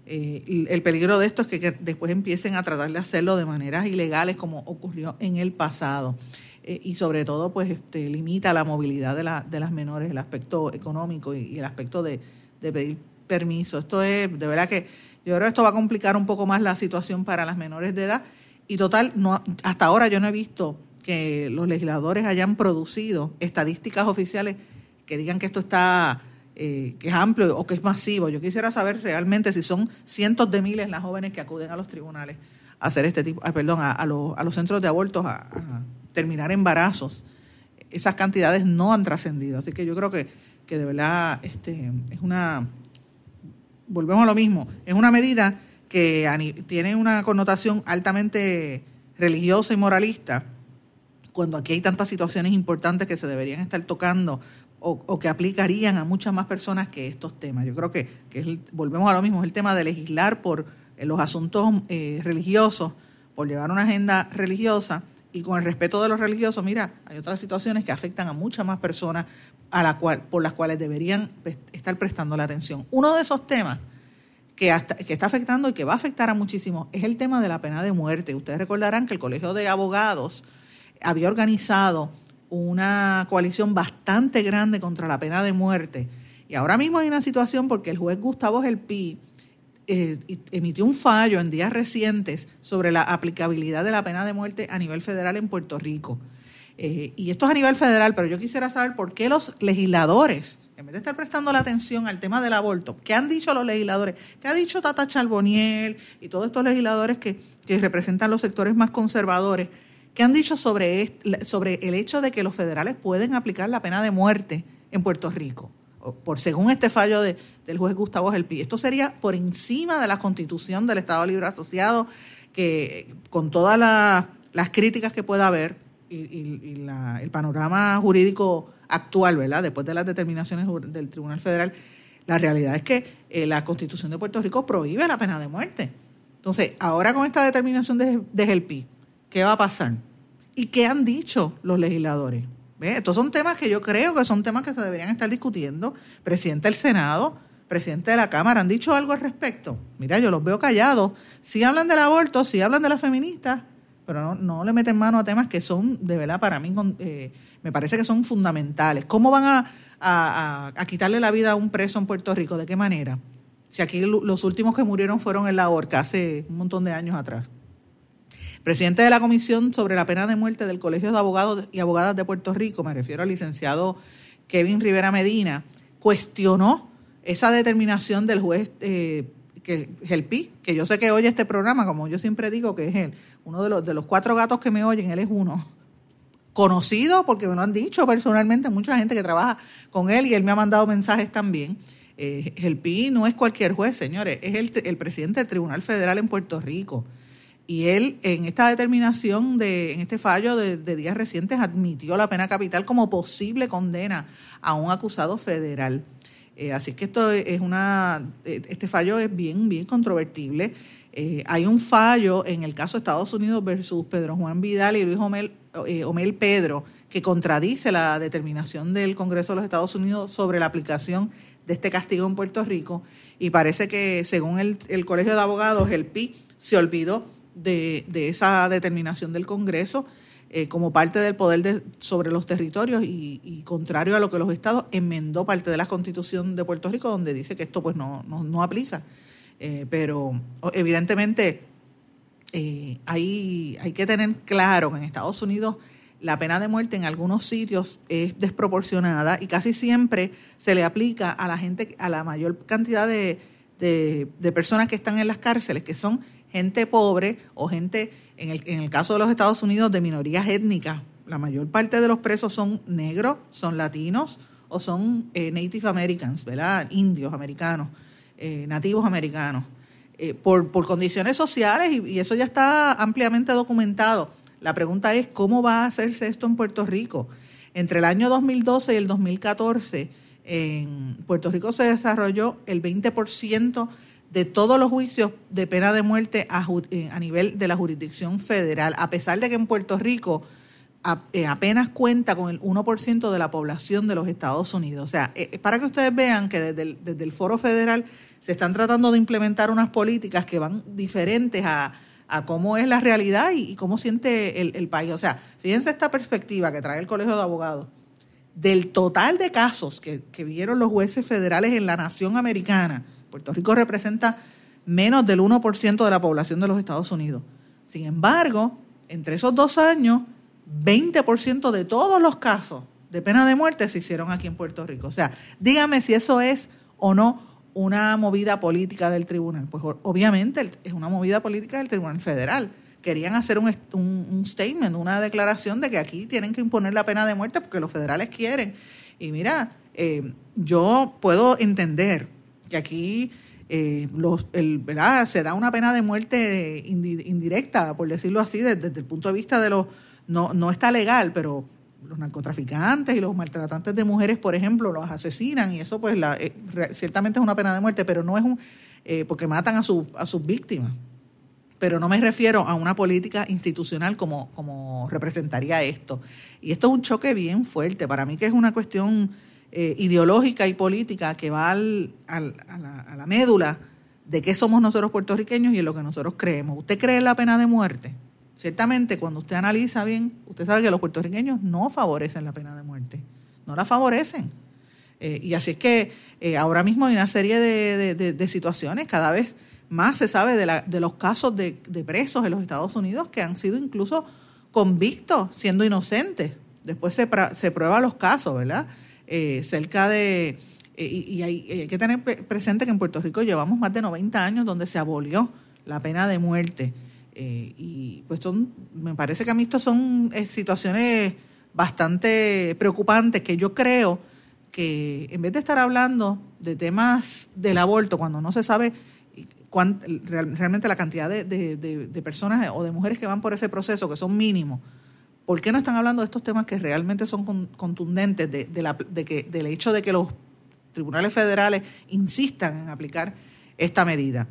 Eh, el peligro de esto es que, que después empiecen a tratar de hacerlo de maneras ilegales, como ocurrió en el pasado. Eh, y sobre todo, pues este, limita la movilidad de, la, de las menores, el aspecto económico y, y el aspecto de, de pedir permiso. Esto es, de verdad que yo creo que esto va a complicar un poco más la situación para las menores de edad. Y total, no, hasta ahora yo no he visto que los legisladores hayan producido estadísticas oficiales que digan que esto está, eh, que es amplio o que es masivo. Yo quisiera saber realmente si son cientos de miles las jóvenes que acuden a los tribunales a hacer este tipo, ah, perdón, a, a, los, a los centros de abortos a, a terminar embarazos. Esas cantidades no han trascendido. Así que yo creo que, que de verdad este, es una, volvemos a lo mismo, es una medida que tiene una connotación altamente religiosa y moralista, cuando aquí hay tantas situaciones importantes que se deberían estar tocando o, o que aplicarían a muchas más personas que estos temas. Yo creo que, que es el, volvemos a lo mismo, es el tema de legislar por los asuntos eh, religiosos, por llevar una agenda religiosa, y con el respeto de los religiosos. Mira, hay otras situaciones que afectan a muchas más personas a la cual, por las cuales deberían estar prestando la atención. Uno de esos temas Que, hasta, que está afectando y que va a afectar a muchísimos es el tema de la pena de muerte. Ustedes recordarán que el Colegio de Abogados había organizado una coalición bastante grande contra la pena de muerte, y ahora mismo hay una situación porque el juez Gustavo Gelpi eh, emitió un fallo en días recientes sobre la aplicabilidad de la pena de muerte a nivel federal en Puerto Rico. Eh, y esto es a nivel federal, pero yo quisiera saber por qué los legisladores, en vez de estar prestando la atención al tema del aborto, ¿qué han dicho los legisladores? ¿Qué ha dicho Tata Charbonnier y todos estos legisladores que, que representan los sectores más conservadores? ¿Qué han dicho sobre, este, sobre el hecho de que los federales pueden aplicar la pena de muerte en Puerto Rico? Por según este fallo de, del juez Gustavo Gelpi. Esto sería por encima de la Constitución del Estado Libre Asociado, que con todas la, las críticas que pueda haber y, y, y la, el panorama jurídico actual, ¿verdad? Después de las determinaciones del Tribunal Federal, la realidad es que eh, la Constitución de Puerto Rico prohíbe la pena de muerte. Entonces, ahora con esta determinación de, de Gelpi, ¿qué va a pasar? ¿Y qué han dicho los legisladores? ¿Ve? Estos son temas que yo creo que son temas que se deberían estar discutiendo. Presidente del Senado, presidente de la Cámara, ¿han dicho algo al respecto? Mira, yo los veo callados. Sí hablan del aborto, sí hablan de las feministas, pero no, no le meten mano a temas que son, de verdad, para mí, eh, me parece que son fundamentales. ¿Cómo van a, a, a quitarle la vida a un preso en Puerto Rico? ¿De qué manera? Si aquí los últimos que murieron fueron en la horca hace un montón de años atrás. Presidente de la Comisión sobre la Pena de Muerte del Colegio de Abogados y Abogadas de Puerto Rico, me refiero al licenciado Kevin Rivera Medina, cuestionó esa determinación del juez eh, que Gelpi, que yo sé que oye este programa, como yo siempre digo, que es él, uno de los, de los cuatro gatos que me oyen, él es uno. Conocido, porque me lo han dicho personalmente mucha gente que trabaja con él, y él me ha mandado mensajes también. Eh, Gelpi no es cualquier juez, señores, es el, el presidente del Tribunal Federal en Puerto Rico. Y él, en esta determinación, de en este fallo de, de días recientes, admitió la pena capital como posible condena a un acusado federal. Eh, así que esto es una, este fallo es bien, bien controvertible. Eh, hay un fallo en el caso de Estados Unidos versus Pedro Juan Vidal y Luis Omel, eh, Omel Pedro, que contradice la determinación del Congreso de los Estados Unidos sobre la aplicación de este castigo en Puerto Rico. Y parece que, según el, el Colegio de Abogados, el P I se olvidó De, de esa determinación del Congreso eh, como parte del poder de, sobre los territorios y, y contrario a lo que los estados, enmendó parte de la Constitución de Puerto Rico donde dice que esto pues no, no, no aplica. Eh, pero evidentemente eh, hay, hay que tener claro que en Estados Unidos la pena de muerte en algunos sitios es desproporcionada y casi siempre se le aplica a la gente, a la mayor cantidad de, de, de personas que están en las cárceles, que son gente pobre o gente, en el, en el caso de los Estados Unidos, de minorías étnicas. La mayor parte de los presos son negros, son latinos o son eh, Native Americans, ¿verdad? Indios americanos, eh, nativos americanos, eh, por, por condiciones sociales y, y eso ya está ampliamente documentado. La pregunta es, ¿cómo va a hacerse esto en Puerto Rico? Entre el año dos mil doce y el dos mil catorce, en Puerto Rico se desarrolló el veinte por ciento de todos los juicios de pena de muerte a, a nivel de la jurisdicción federal, a pesar de que en Puerto Rico a, eh, apenas cuenta con el uno por ciento de la población de los Estados Unidos. O sea, eh, para que ustedes vean que desde el, desde el foro federal se están tratando de implementar unas políticas que van diferentes a, a cómo es la realidad y, y cómo siente el, el país. O sea, fíjense esta perspectiva que trae el Colegio de Abogados. Del total de casos que, que vieron los jueces federales en la nación americana, Puerto Rico representa menos del uno por ciento de la población de los Estados Unidos. Sin embargo, entre esos dos años, veinte por ciento de todos los casos de pena de muerte se hicieron aquí en Puerto Rico. O sea, dígame si eso es o no una movida política del tribunal. Pues obviamente es una movida política del Tribunal Federal. Querían hacer un, un, un statement, una declaración de que aquí tienen que imponer la pena de muerte porque los federales quieren. Y mira, eh, yo puedo entender que aquí eh, los, el, ¿verdad? se da una pena de muerte indirecta, por decirlo así, desde, desde el punto de vista de los... No, no está legal, pero los narcotraficantes y los maltratantes de mujeres, por ejemplo, los asesinan y eso pues la, eh, ciertamente es una pena de muerte, pero no es un... Eh, porque matan a, su, a sus víctimas. Pero no me refiero a una política institucional como, como representaría esto. Y esto es un choque bien fuerte. Para mí que es una cuestión... Eh, ideológica y política que va al, al, a, la, a la médula de qué somos nosotros puertorriqueños y en lo que nosotros creemos. ¿Usted cree en la pena de muerte? Ciertamente, cuando usted analiza bien, usted sabe que los puertorriqueños no favorecen la pena de muerte, no la favorecen. Eh, y así es que eh, ahora mismo hay una serie de, de, de, de situaciones, cada vez más se sabe de, la, de los casos de, de presos en los Estados Unidos que han sido incluso convictos siendo inocentes. después se, se prueban los casos, ¿verdad? Eh, cerca de... Eh, y, y hay, hay que tener presente que en Puerto Rico llevamos más de noventa años donde se abolió la pena de muerte. Eh, y pues son, me parece que a mí estos son eh, situaciones bastante preocupantes que yo creo que en vez de estar hablando de temas del aborto, cuando no se sabe cuán, real, realmente la cantidad de, de, de, de personas o de mujeres que van por ese proceso, que son mínimos, ¿por qué no están hablando de estos temas que realmente son con, contundentes de, de la, de que, del hecho de que los tribunales federales insistan en aplicar esta medida?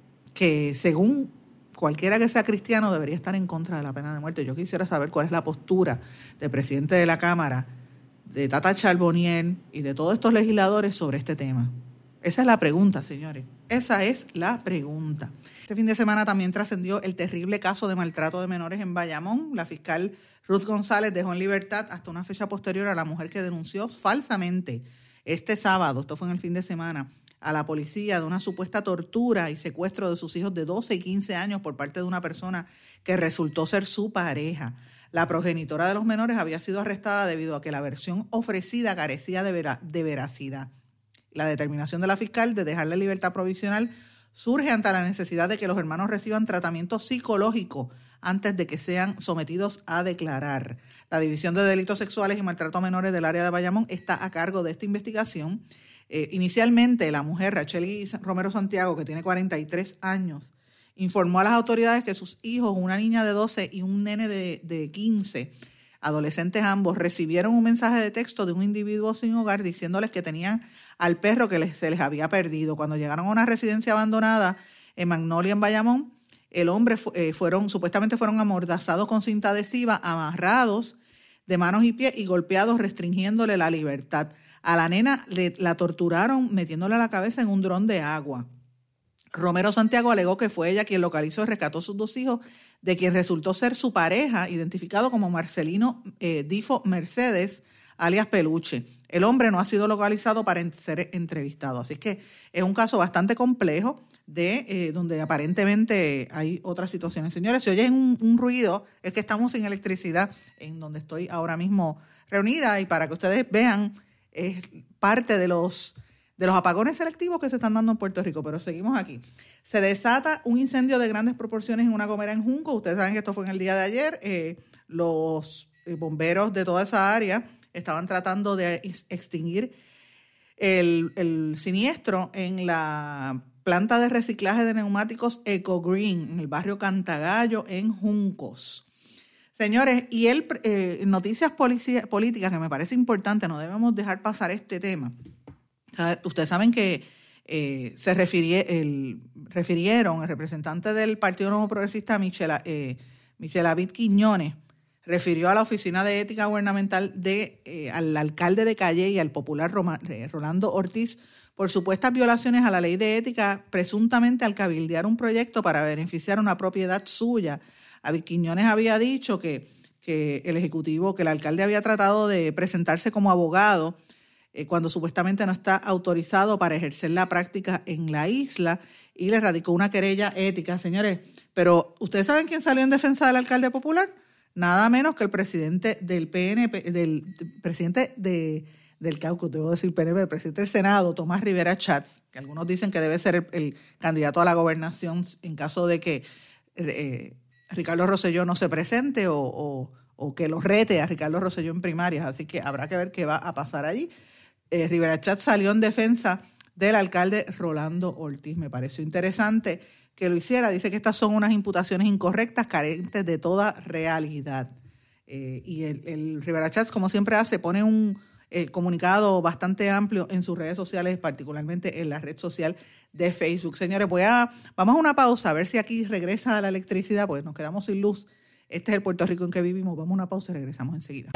Que según cualquiera que sea cristiano debería estar en contra de la pena de muerte. Yo quisiera saber cuál es la postura del presidente de la Cámara, de Tata Charbonnier y de todos estos legisladores sobre este tema. Esa es la pregunta, señores. Esa es la pregunta. Este fin de semana también trascendió el terrible caso de maltrato de menores en Bayamón. La fiscal Ruth González dejó en libertad hasta una fecha posterior a la mujer que denunció falsamente este sábado, esto fue en el fin de semana, a la policía de una supuesta tortura y secuestro de sus hijos de doce y quince años por parte de una persona que resultó ser su pareja. La progenitora de los menores había sido arrestada debido a que la versión ofrecida carecía de, vera, de veracidad. La determinación de la fiscal de dejarle libertad provisional surge ante la necesidad de que los hermanos reciban tratamiento psicológico antes de que sean sometidos a declarar. La División de Delitos Sexuales y Maltrato a Menores del área de Bayamón está a cargo de esta investigación. Eh, inicialmente, la mujer, Racheli Romero Santiago, que tiene cuarenta y tres años, informó a las autoridades que sus hijos, una niña de doce y un nene de, de quince, adolescentes ambos, recibieron un mensaje de texto de un individuo sin hogar diciéndoles que tenían al perro que les, se les había perdido. Cuando llegaron a una residencia abandonada en Magnolia, en Bayamón, el hombre eh, fueron, supuestamente fueron amordazados con cinta adhesiva, amarrados de manos y pies y golpeados, restringiéndole la libertad. A la nena le, la torturaron metiéndole la cabeza en un dron de agua. Romero Santiago alegó que fue ella quien localizó y rescató a sus dos hijos, de quien resultó ser su pareja, identificado como Marcelino eh, Difo Mercedes, alias Peluche. El hombre no ha sido localizado para ser entrevistado. Así que es un caso bastante complejo de eh, donde aparentemente hay otras situaciones. Señores, si oyen un, un ruido, es que estamos sin electricidad en donde estoy ahora mismo reunida, y para que ustedes vean, es parte de los, de los apagones selectivos que se están dando en Puerto Rico, pero seguimos aquí. Se desata un incendio de grandes proporciones en una gomera en Junco. Ustedes saben que esto fue en el día de ayer. Eh, los bomberos de toda esa área estaban tratando de extinguir el, el siniestro en la planta de reciclaje de neumáticos EcoGreen, en el barrio Cantagallo, en Juncos. Señores, y el, eh, noticias policia, políticas que me parece importante, no debemos dejar pasar este tema. Ustedes saben que eh, se refirie, el, refirieron, el representante del Partido Nuevo Progresista, Michela, eh, Michela David Quiñones, refirió a la Oficina de Ética Gubernamental de, eh, al alcalde de Calle y al popular Roma, eh, Rolando Ortiz por supuestas violaciones a la ley de ética, presuntamente al cabildear un proyecto para beneficiar una propiedad suya. David Quiñones había dicho que, que el Ejecutivo, que el alcalde había tratado de presentarse como abogado eh, cuando supuestamente no está autorizado para ejercer la práctica en la isla, y le radicó una querella ética. Señores, pero ¿ustedes saben quién salió en defensa del alcalde popular? Nada menos que el presidente del P N P, del, del presidente de, del Caucus, debo decir P N P, el presidente del Senado, Tomás Rivera Chats, que algunos dicen que debe ser el, el candidato a la gobernación en caso de que eh, Ricardo Rosselló no se presente o, o, o que lo rete a Ricardo Rosselló en primarias. Así que habrá que ver qué va a pasar allí. Eh, Rivera Chats salió en defensa del alcalde Rolando Ortiz. Me pareció interesante que lo hiciera. Dice que estas son unas imputaciones incorrectas, carentes de toda realidad. Eh, y el, el Rivera Chats, como siempre hace, pone un eh, comunicado bastante amplio en sus redes sociales, particularmente en la red social de Facebook. Señores, voy a, vamos a una pausa, a ver si aquí regresa la electricidad, porque nos quedamos sin luz. Este es el Puerto Rico en que vivimos. Vamos a una pausa y regresamos enseguida.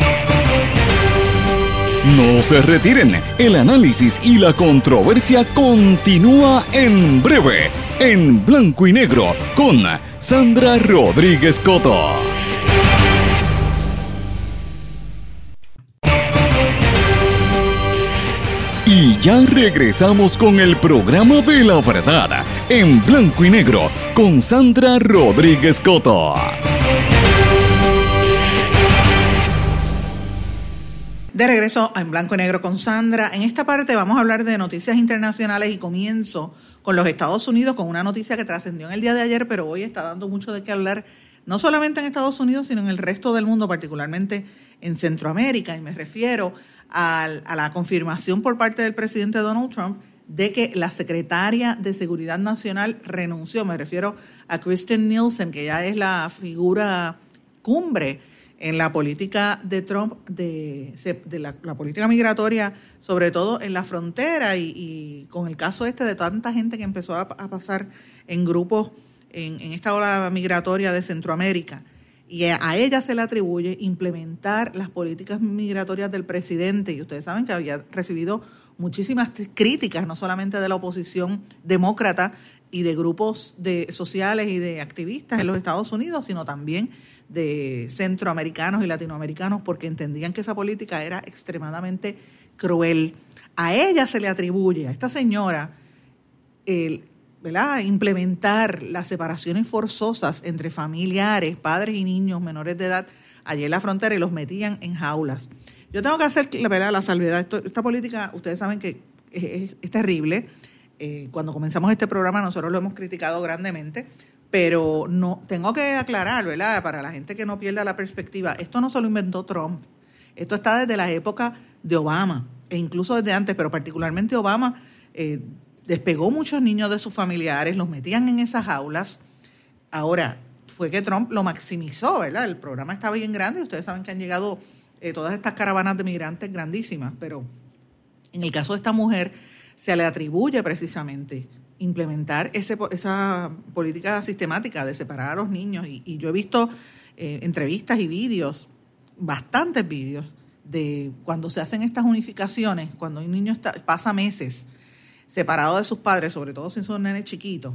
No se retiren, el análisis y la controversia continúa en breve, en Blanco y Negro, con Sandra Rodríguez Coto. Y ya regresamos con el programa de la verdad, en Blanco y Negro, con Sandra Rodríguez Coto. De regreso en Blanco y Negro con Sandra. En esta parte vamos a hablar de noticias internacionales y comienzo con los Estados Unidos, con una noticia que trascendió en el día de ayer, pero hoy está dando mucho de qué hablar, no solamente en Estados Unidos, sino en el resto del mundo, particularmente en Centroamérica. Y me refiero a, a la confirmación por parte del presidente Donald Trump de que la secretaria de Seguridad Nacional renunció. Me refiero a Kristen Nielsen, que ya es la figura cumbre en la política de Trump, de, de la, la política migratoria, sobre todo en la frontera, y, y con el caso este de tanta gente que empezó a, a pasar en grupos en, en esta ola migratoria de Centroamérica. Y a, a ella se le atribuye implementar las políticas migratorias del presidente, y ustedes saben que había recibido muchísimas críticas, no solamente de la oposición demócrata y de grupos de, sociales y de activistas en los Estados Unidos, sino también de centroamericanos y latinoamericanos, porque entendían que esa política era extremadamente cruel. A ella se le atribuye, a esta señora, el, ¿verdad?, implementar las separaciones forzosas entre familiares, padres y niños menores de edad, allí en la frontera, y los metían en jaulas. Yo tengo que hacer, ¿verdad?, la salvedad. Esto, esta política, ustedes saben que es, es, es terrible. Eh, cuando comenzamos este programa nosotros lo hemos criticado grandemente, pero no tengo que aclarar, ¿verdad?, para la gente que no pierda la perspectiva, esto no se lo inventó Trump, esto está desde la época de Obama, e incluso desde antes, pero particularmente Obama eh, despegó muchos niños de sus familiares, los metían en esas jaulas. Ahora, fue que Trump lo maximizó, ¿verdad? El programa está bien grande y ustedes saben que han llegado eh, todas estas caravanas de migrantes grandísimas, pero en el caso de esta mujer se le atribuye precisamente implementar ese, esa política sistemática de separar a los niños. Y, y yo he visto eh, entrevistas y vídeos, bastantes vídeos, de cuando se hacen estas unificaciones, cuando un niño está, pasa meses separado de sus padres, sobre todo si son nenes chiquitos,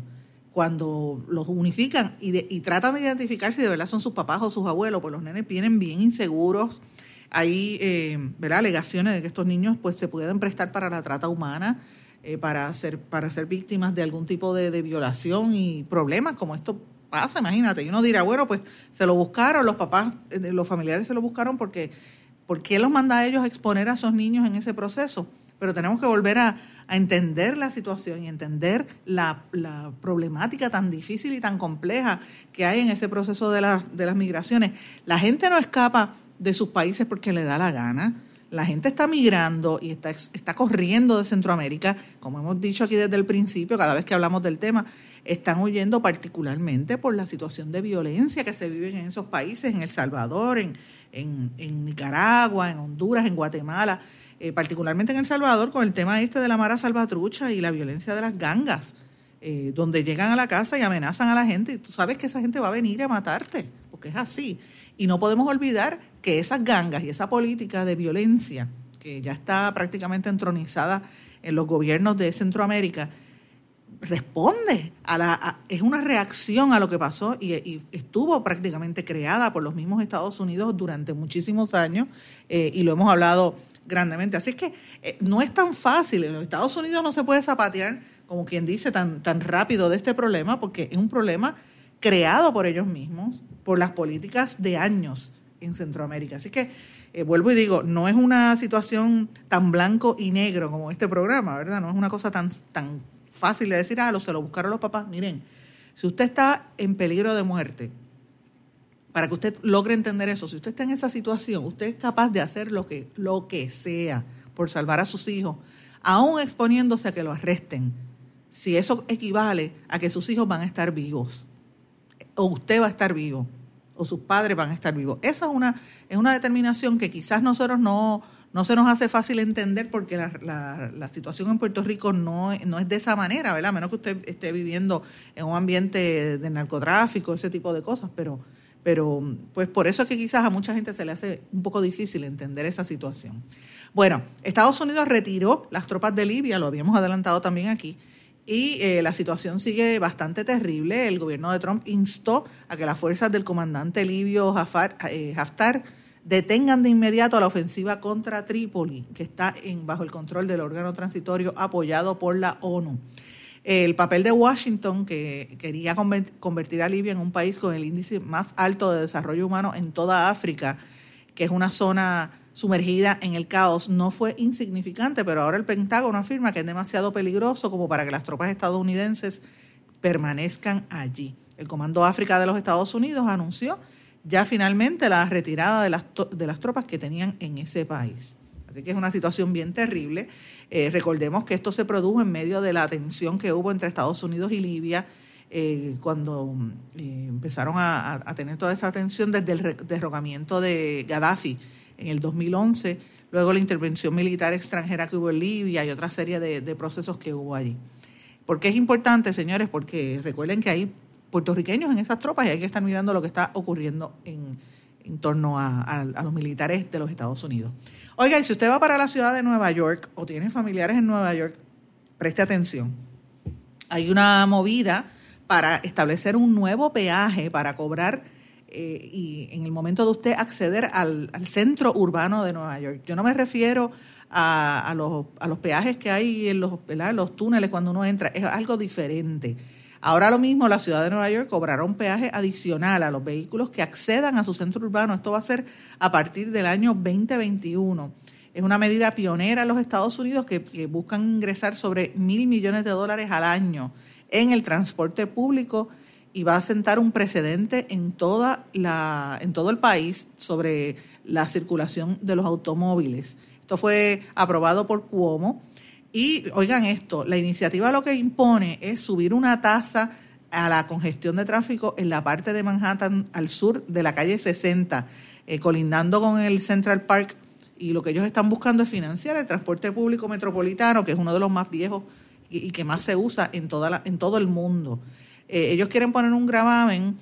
cuando los unifican y, de, y tratan de identificar si de verdad son sus papás o sus abuelos, pues los nenes vienen bien inseguros. Hay eh, ¿verdad?, alegaciones de que estos niños pues se pueden prestar para la trata humana, Eh, para ser para ser víctimas de algún tipo de, de violación y problemas como esto pasa, imagínate. Y uno dirá, bueno, pues se lo buscaron, los papás, eh, los familiares se lo buscaron porque ¿por qué los manda a ellos a exponer a esos niños en ese proceso? Pero tenemos que volver a, a entender la situación y entender la, la problemática tan difícil y tan compleja que hay en ese proceso de, la, de las migraciones. La gente no escapa de sus países porque le da la gana. La gente está migrando y está, está corriendo de Centroamérica, como hemos dicho aquí desde el principio, cada vez que hablamos del tema, están huyendo particularmente por la situación de violencia que se vive en esos países, en El Salvador, en, en, en Nicaragua, en Honduras, en Guatemala, eh, particularmente en El Salvador con el tema este de la Mara Salvatrucha y la violencia de las gangas, eh, donde llegan a la casa y amenazan a la gente, y tú sabes que esa gente va a venir a matarte, porque es así. Y no podemos olvidar que esas gangas y esa política de violencia que ya está prácticamente entronizada en los gobiernos de Centroamérica responde a la a, es una reacción a lo que pasó y, y estuvo prácticamente creada por los mismos Estados Unidos durante muchísimos años, eh, y lo hemos hablado grandemente. Así es que eh, no es tan fácil. En los Estados Unidos no se puede zapatear, como quien dice, tan, tan rápido de este problema, porque es un problema creado por ellos mismos, por las políticas de años en Centroamérica. Así que, eh, vuelvo y digo, no es una situación tan blanco y negro como este programa, ¿verdad? No es una cosa tan, tan fácil de decir, ah, lo, se lo buscaron los papás. Miren, si usted está en peligro de muerte, para que usted logre entender eso, si usted está en esa situación, usted es capaz de hacer lo que, lo que sea por salvar a sus hijos, aún exponiéndose a que lo arresten, si eso equivale a que sus hijos van a estar vivos, o usted va a estar vivo, o sus padres van a estar vivos. Esa es una, es una determinación que quizás nosotros no, no se nos hace fácil entender, porque la, la, la situación en Puerto Rico no, no es de esa manera, ¿verdad? A menos que usted esté viviendo en un ambiente de narcotráfico, ese tipo de cosas, pero, pero pues por eso es que quizás a mucha gente se le hace un poco difícil entender esa situación. Bueno, Estados Unidos retiró las tropas de Libia, lo habíamos adelantado también aquí, y eh, la situación sigue bastante terrible. El gobierno de Trump instó a que las fuerzas del comandante libio Haftar, eh, Haftar detengan de inmediato la ofensiva contra Trípoli, que está en, bajo el control del órgano transitorio apoyado por la ONU. El papel de Washington, que quería convertir a Libia en un país con el índice más alto de desarrollo humano en toda África, que es una zona sumergida en el caos no fue insignificante, pero ahora el Pentágono afirma que es demasiado peligroso como para que las tropas estadounidenses permanezcan allí. El Comando África de los Estados Unidos anunció ya finalmente la retirada de las, de las tropas que tenían en ese país. Así que es una situación bien terrible. Eh, recordemos que esto se produjo en medio de la tensión que hubo entre Estados Unidos y Libia, eh, cuando eh, empezaron a, a tener toda esta tensión desde el derrocamiento de Gaddafi en el dos mil once, luego la intervención militar extranjera que hubo en Libia y otra serie de, de procesos que hubo allí. ¿Por qué es importante, señores? Porque recuerden que hay puertorriqueños en esas tropas y hay que estar mirando lo que está ocurriendo en, en torno a, a, a los militares de los Estados Unidos. Oiga, y si usted va para la ciudad de Nueva York o tiene familiares en Nueva York, preste atención. Hay una movida para establecer un nuevo peaje para cobrar Eh, y en el momento de usted acceder al, al centro urbano de Nueva York. Yo no me refiero a, a, los, a los peajes que hay en los, ¿verdad? los túneles cuando uno entra, es algo diferente. Ahora lo mismo, la ciudad de Nueva York cobrará un peaje adicional a los vehículos que accedan a su centro urbano. Esto va a ser a partir del año veinte veintiuno. Es una medida pionera en los Estados Unidos que, que buscan ingresar sobre mil millones de dólares al año en el transporte público y va a sentar un precedente en toda la en todo el país sobre la circulación de los automóviles. Esto fue aprobado por Cuomo y, oigan esto, la iniciativa lo que impone es subir una tasa a la congestión de tráfico en la parte de Manhattan al sur de la calle sesenta, eh, colindando con el Central Park, y lo que ellos están buscando es financiar el transporte público metropolitano, que es uno de los más viejos y, y que más se usa en, toda la, en todo el mundo. Eh, ellos quieren poner un gravamen,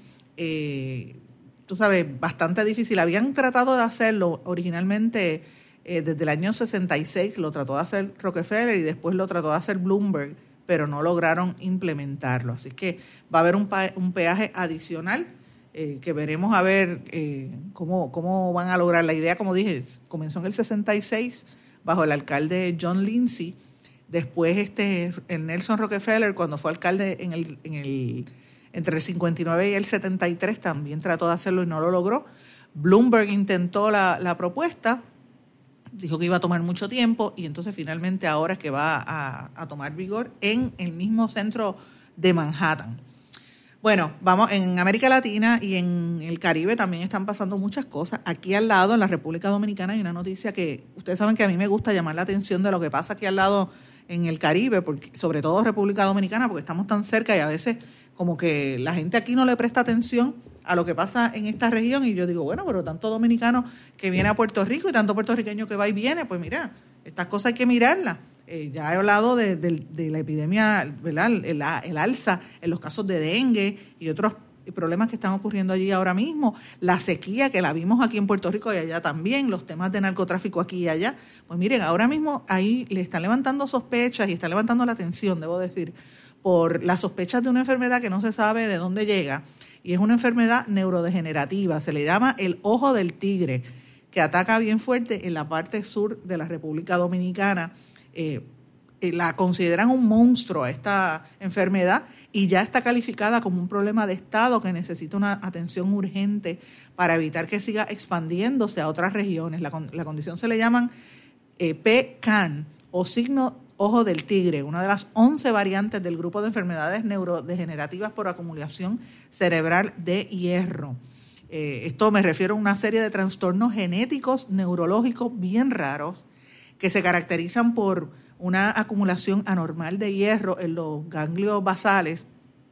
eh, tú sabes, bastante difícil. Habían tratado de hacerlo originalmente eh, desde el año sesenta y seis, lo trató de hacer Rockefeller y después lo trató de hacer Bloomberg, pero no lograron implementarlo. Así que va a haber un, pa- un peaje adicional eh, que veremos a ver eh, cómo, cómo van a lograr. La idea, como dije, comenzó en el sesenta y seis bajo el alcalde John Lindsay. Después este el Nelson Rockefeller, cuando fue alcalde en el, en el entre el cincuenta y nueve y el setenta y tres, también trató de hacerlo y no lo logró. Bloomberg intentó la, la propuesta, dijo que iba a tomar mucho tiempo y entonces finalmente ahora es que va a, a tomar vigor en el mismo centro de Manhattan. Bueno, vamos, en América Latina y en el Caribe también están pasando muchas cosas. Aquí al lado, en la República Dominicana, hay una noticia que ustedes saben que a mí me gusta llamar la atención de lo que pasa aquí al lado en el Caribe, porque, sobre todo República Dominicana, porque estamos tan cerca y a veces como que la gente aquí no le presta atención a lo que pasa en esta región. Y yo digo, bueno, pero tanto dominicano que viene a Puerto Rico y tanto puertorriqueño que va y viene, pues mira, estas cosas hay que mirarlas. Eh, ya he hablado de, de, de la epidemia, ¿verdad? El, el, el alza en los casos de dengue y otros problemas que están ocurriendo allí ahora mismo, la sequía que la vimos aquí en Puerto Rico y allá también, los temas de narcotráfico aquí y allá. Pues miren, ahora mismo ahí le están levantando sospechas y están levantando la atención, debo decir, por las sospechas de una enfermedad que no se sabe de dónde llega, y es una enfermedad neurodegenerativa, se le llama el ojo del tigre, que ataca bien fuerte en la parte sur de la República Dominicana. Eh, eh, la consideran un monstruo a esta enfermedad y ya está calificada como un problema de Estado que necesita una atención urgente para evitar que siga expandiéndose a otras regiones. La, la condición se le llaman eh, P C A N o signo ojo del tigre, una de las once variantes del grupo de enfermedades neurodegenerativas por acumulación cerebral de hierro. Eh, esto me refiero a una serie de trastornos genéticos neurológicos bien raros que se caracterizan por una acumulación anormal de hierro en los ganglios basales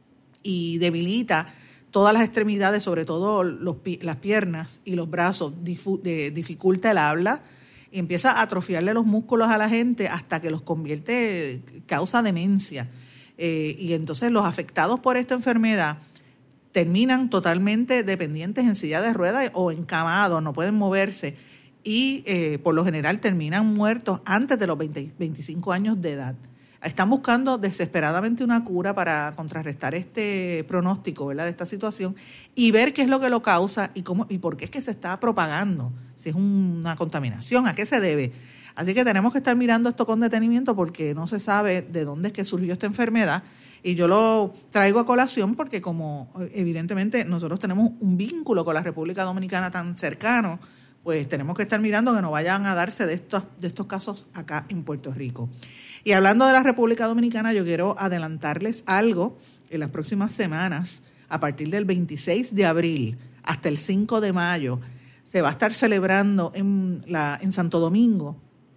y debilita todas las extremidades, sobre todo los, las piernas y los brazos, difu, de, dificulta el habla y empieza a atrofiarle los músculos a la gente hasta que los convierte, causa demencia. Eh, y entonces los afectados por esta enfermedad terminan totalmente dependientes en silla de ruedas o encamados, no pueden moverse. Y eh, por lo general terminan muertos antes de los veinte, veinticinco años de edad. Están buscando desesperadamente una cura para contrarrestar este pronóstico, ¿verdad?, de esta situación y ver qué es lo que lo causa y cómo y por qué es que se está propagando, si es una contaminación, a qué se debe. Así que tenemos que estar mirando esto con detenimiento porque no se sabe de dónde es que surgió esta enfermedad. Y yo lo traigo a colación porque como evidentemente nosotros tenemos un vínculo con la República Dominicana tan cercano, pues tenemos que estar mirando que no vayan a darse de estos, de estos casos acá en Puerto Rico. Y hablando de la República Dominicana, yo quiero adelantarles algo en las próximas semanas. A partir del veintiséis de abril hasta el cinco de mayo, se va a estar celebrando en, la, en Santo Domingo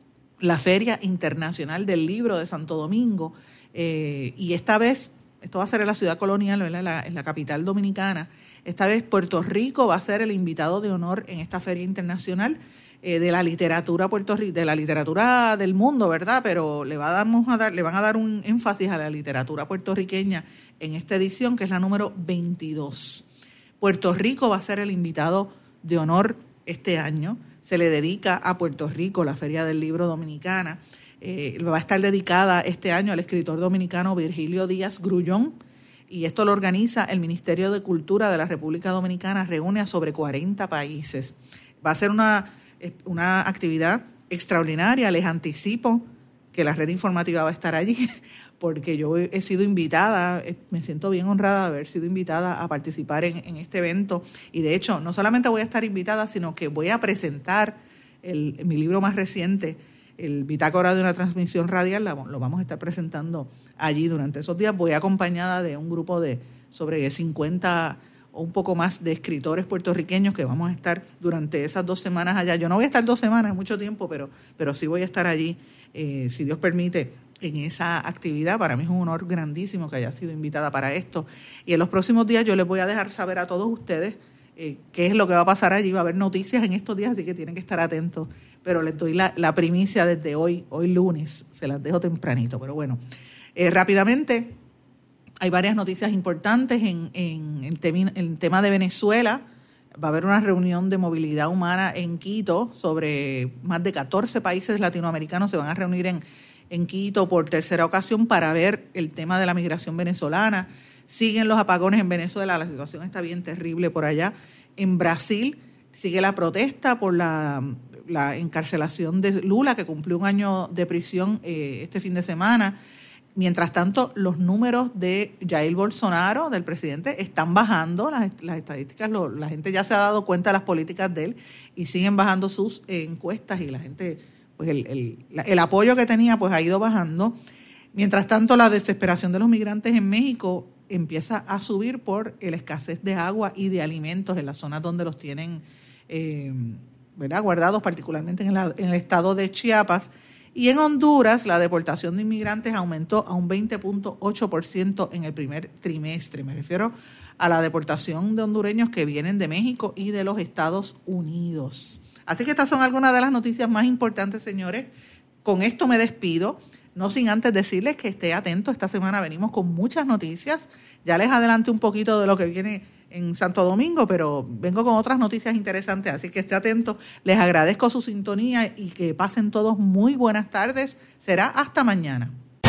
la Feria Internacional del Libro de Santo Domingo. Eh, y esta vez, esto va a ser en la ciudad colonial, en la, en la capital dominicana. Esta vez Puerto Rico va a ser el invitado de honor en esta Feria Internacional eh, de la literatura Puerto Rico, de la literatura del mundo, ¿verdad? Pero le, va a dar, vamos a dar, le van a dar un énfasis a la literatura puertorriqueña en esta edición, que es la número veintidós. Puerto Rico va a ser el invitado de honor este año. Se le dedica a Puerto Rico la Feria del Libro Dominicana. Eh, va a estar dedicada este año al escritor dominicano Virgilio Díaz Grullón, y esto lo organiza el Ministerio de Cultura de la República Dominicana, reúne a sobre cuarenta países. Va a ser una, una actividad extraordinaria. Les anticipo que la red informativa va a estar allí, porque yo he sido invitada, me siento bien honrada de haber sido invitada a participar en, en este evento. Y de hecho, no solamente voy a estar invitada, sino que voy a presentar el, mi libro más reciente, el Bitácora de una transmisión radial, lo vamos a estar presentando allí durante esos días. Voy acompañada de un grupo de sobre cincuenta o un poco más de escritores puertorriqueños que vamos a estar durante esas dos semanas allá. Yo no voy a estar dos semanas, es mucho tiempo, pero, pero sí voy a estar allí, eh, si Dios permite, en esa actividad. Para mí es un honor grandísimo que haya sido invitada para esto. Y en los próximos días yo les voy a dejar saber a todos ustedes eh, qué es lo que va a pasar allí. Va a haber noticias en estos días, así que tienen que estar atentos. Pero les doy la, la primicia desde hoy, hoy lunes, se las dejo tempranito. Pero bueno, eh, rápidamente, hay varias noticias importantes en, en el, temi, el tema de Venezuela. Va a haber una reunión de movilidad humana en Quito, sobre más de catorce países latinoamericanos se van a reunir en, en Quito por tercera ocasión para ver el tema de la migración venezolana. Siguen los apagones en Venezuela, la situación está bien terrible por allá. En Brasil sigue la protesta por la... la encarcelación de Lula, que cumplió un año de prisión eh, este fin de semana. Mientras tanto, los números de Jair Bolsonaro, del presidente, están bajando. Las, las estadísticas, lo, la gente ya se ha dado cuenta de las políticas de él y siguen bajando sus eh, encuestas, y la gente, pues el, el, el apoyo que tenía pues ha ido bajando. Mientras tanto, la desesperación de los migrantes en México empieza a subir por la escasez de agua y de alimentos en las zonas donde los tienen eh, ¿verdad? guardados, particularmente en, la, en el estado de Chiapas. Y en Honduras, la deportación de inmigrantes aumentó a un veinte punto ocho por ciento en el primer trimestre. Me refiero a la deportación de hondureños que vienen de México y de los Estados Unidos. Así que estas son algunas de las noticias más importantes, señores. Con esto me despido, no sin antes decirles que esté atento. Esta semana venimos con muchas noticias. Ya les adelanté un poquito de lo que viene en Santo Domingo, pero vengo con otras noticias interesantes, así que esté atento. Les agradezco su sintonía y que pasen todos muy buenas tardes. Será hasta mañana.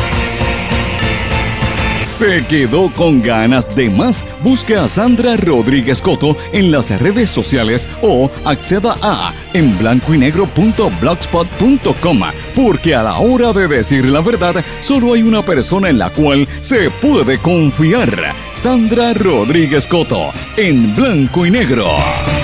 ¿Se quedó con ganas de más? Busque a Sandra Rodríguez Coto en las redes sociales o acceda a en blanco y negro punto blogspot punto com, porque a la hora de decir la verdad, solo hay una persona en la cual se puede confiar. Sandra Rodríguez Coto, en Blanco y Negro.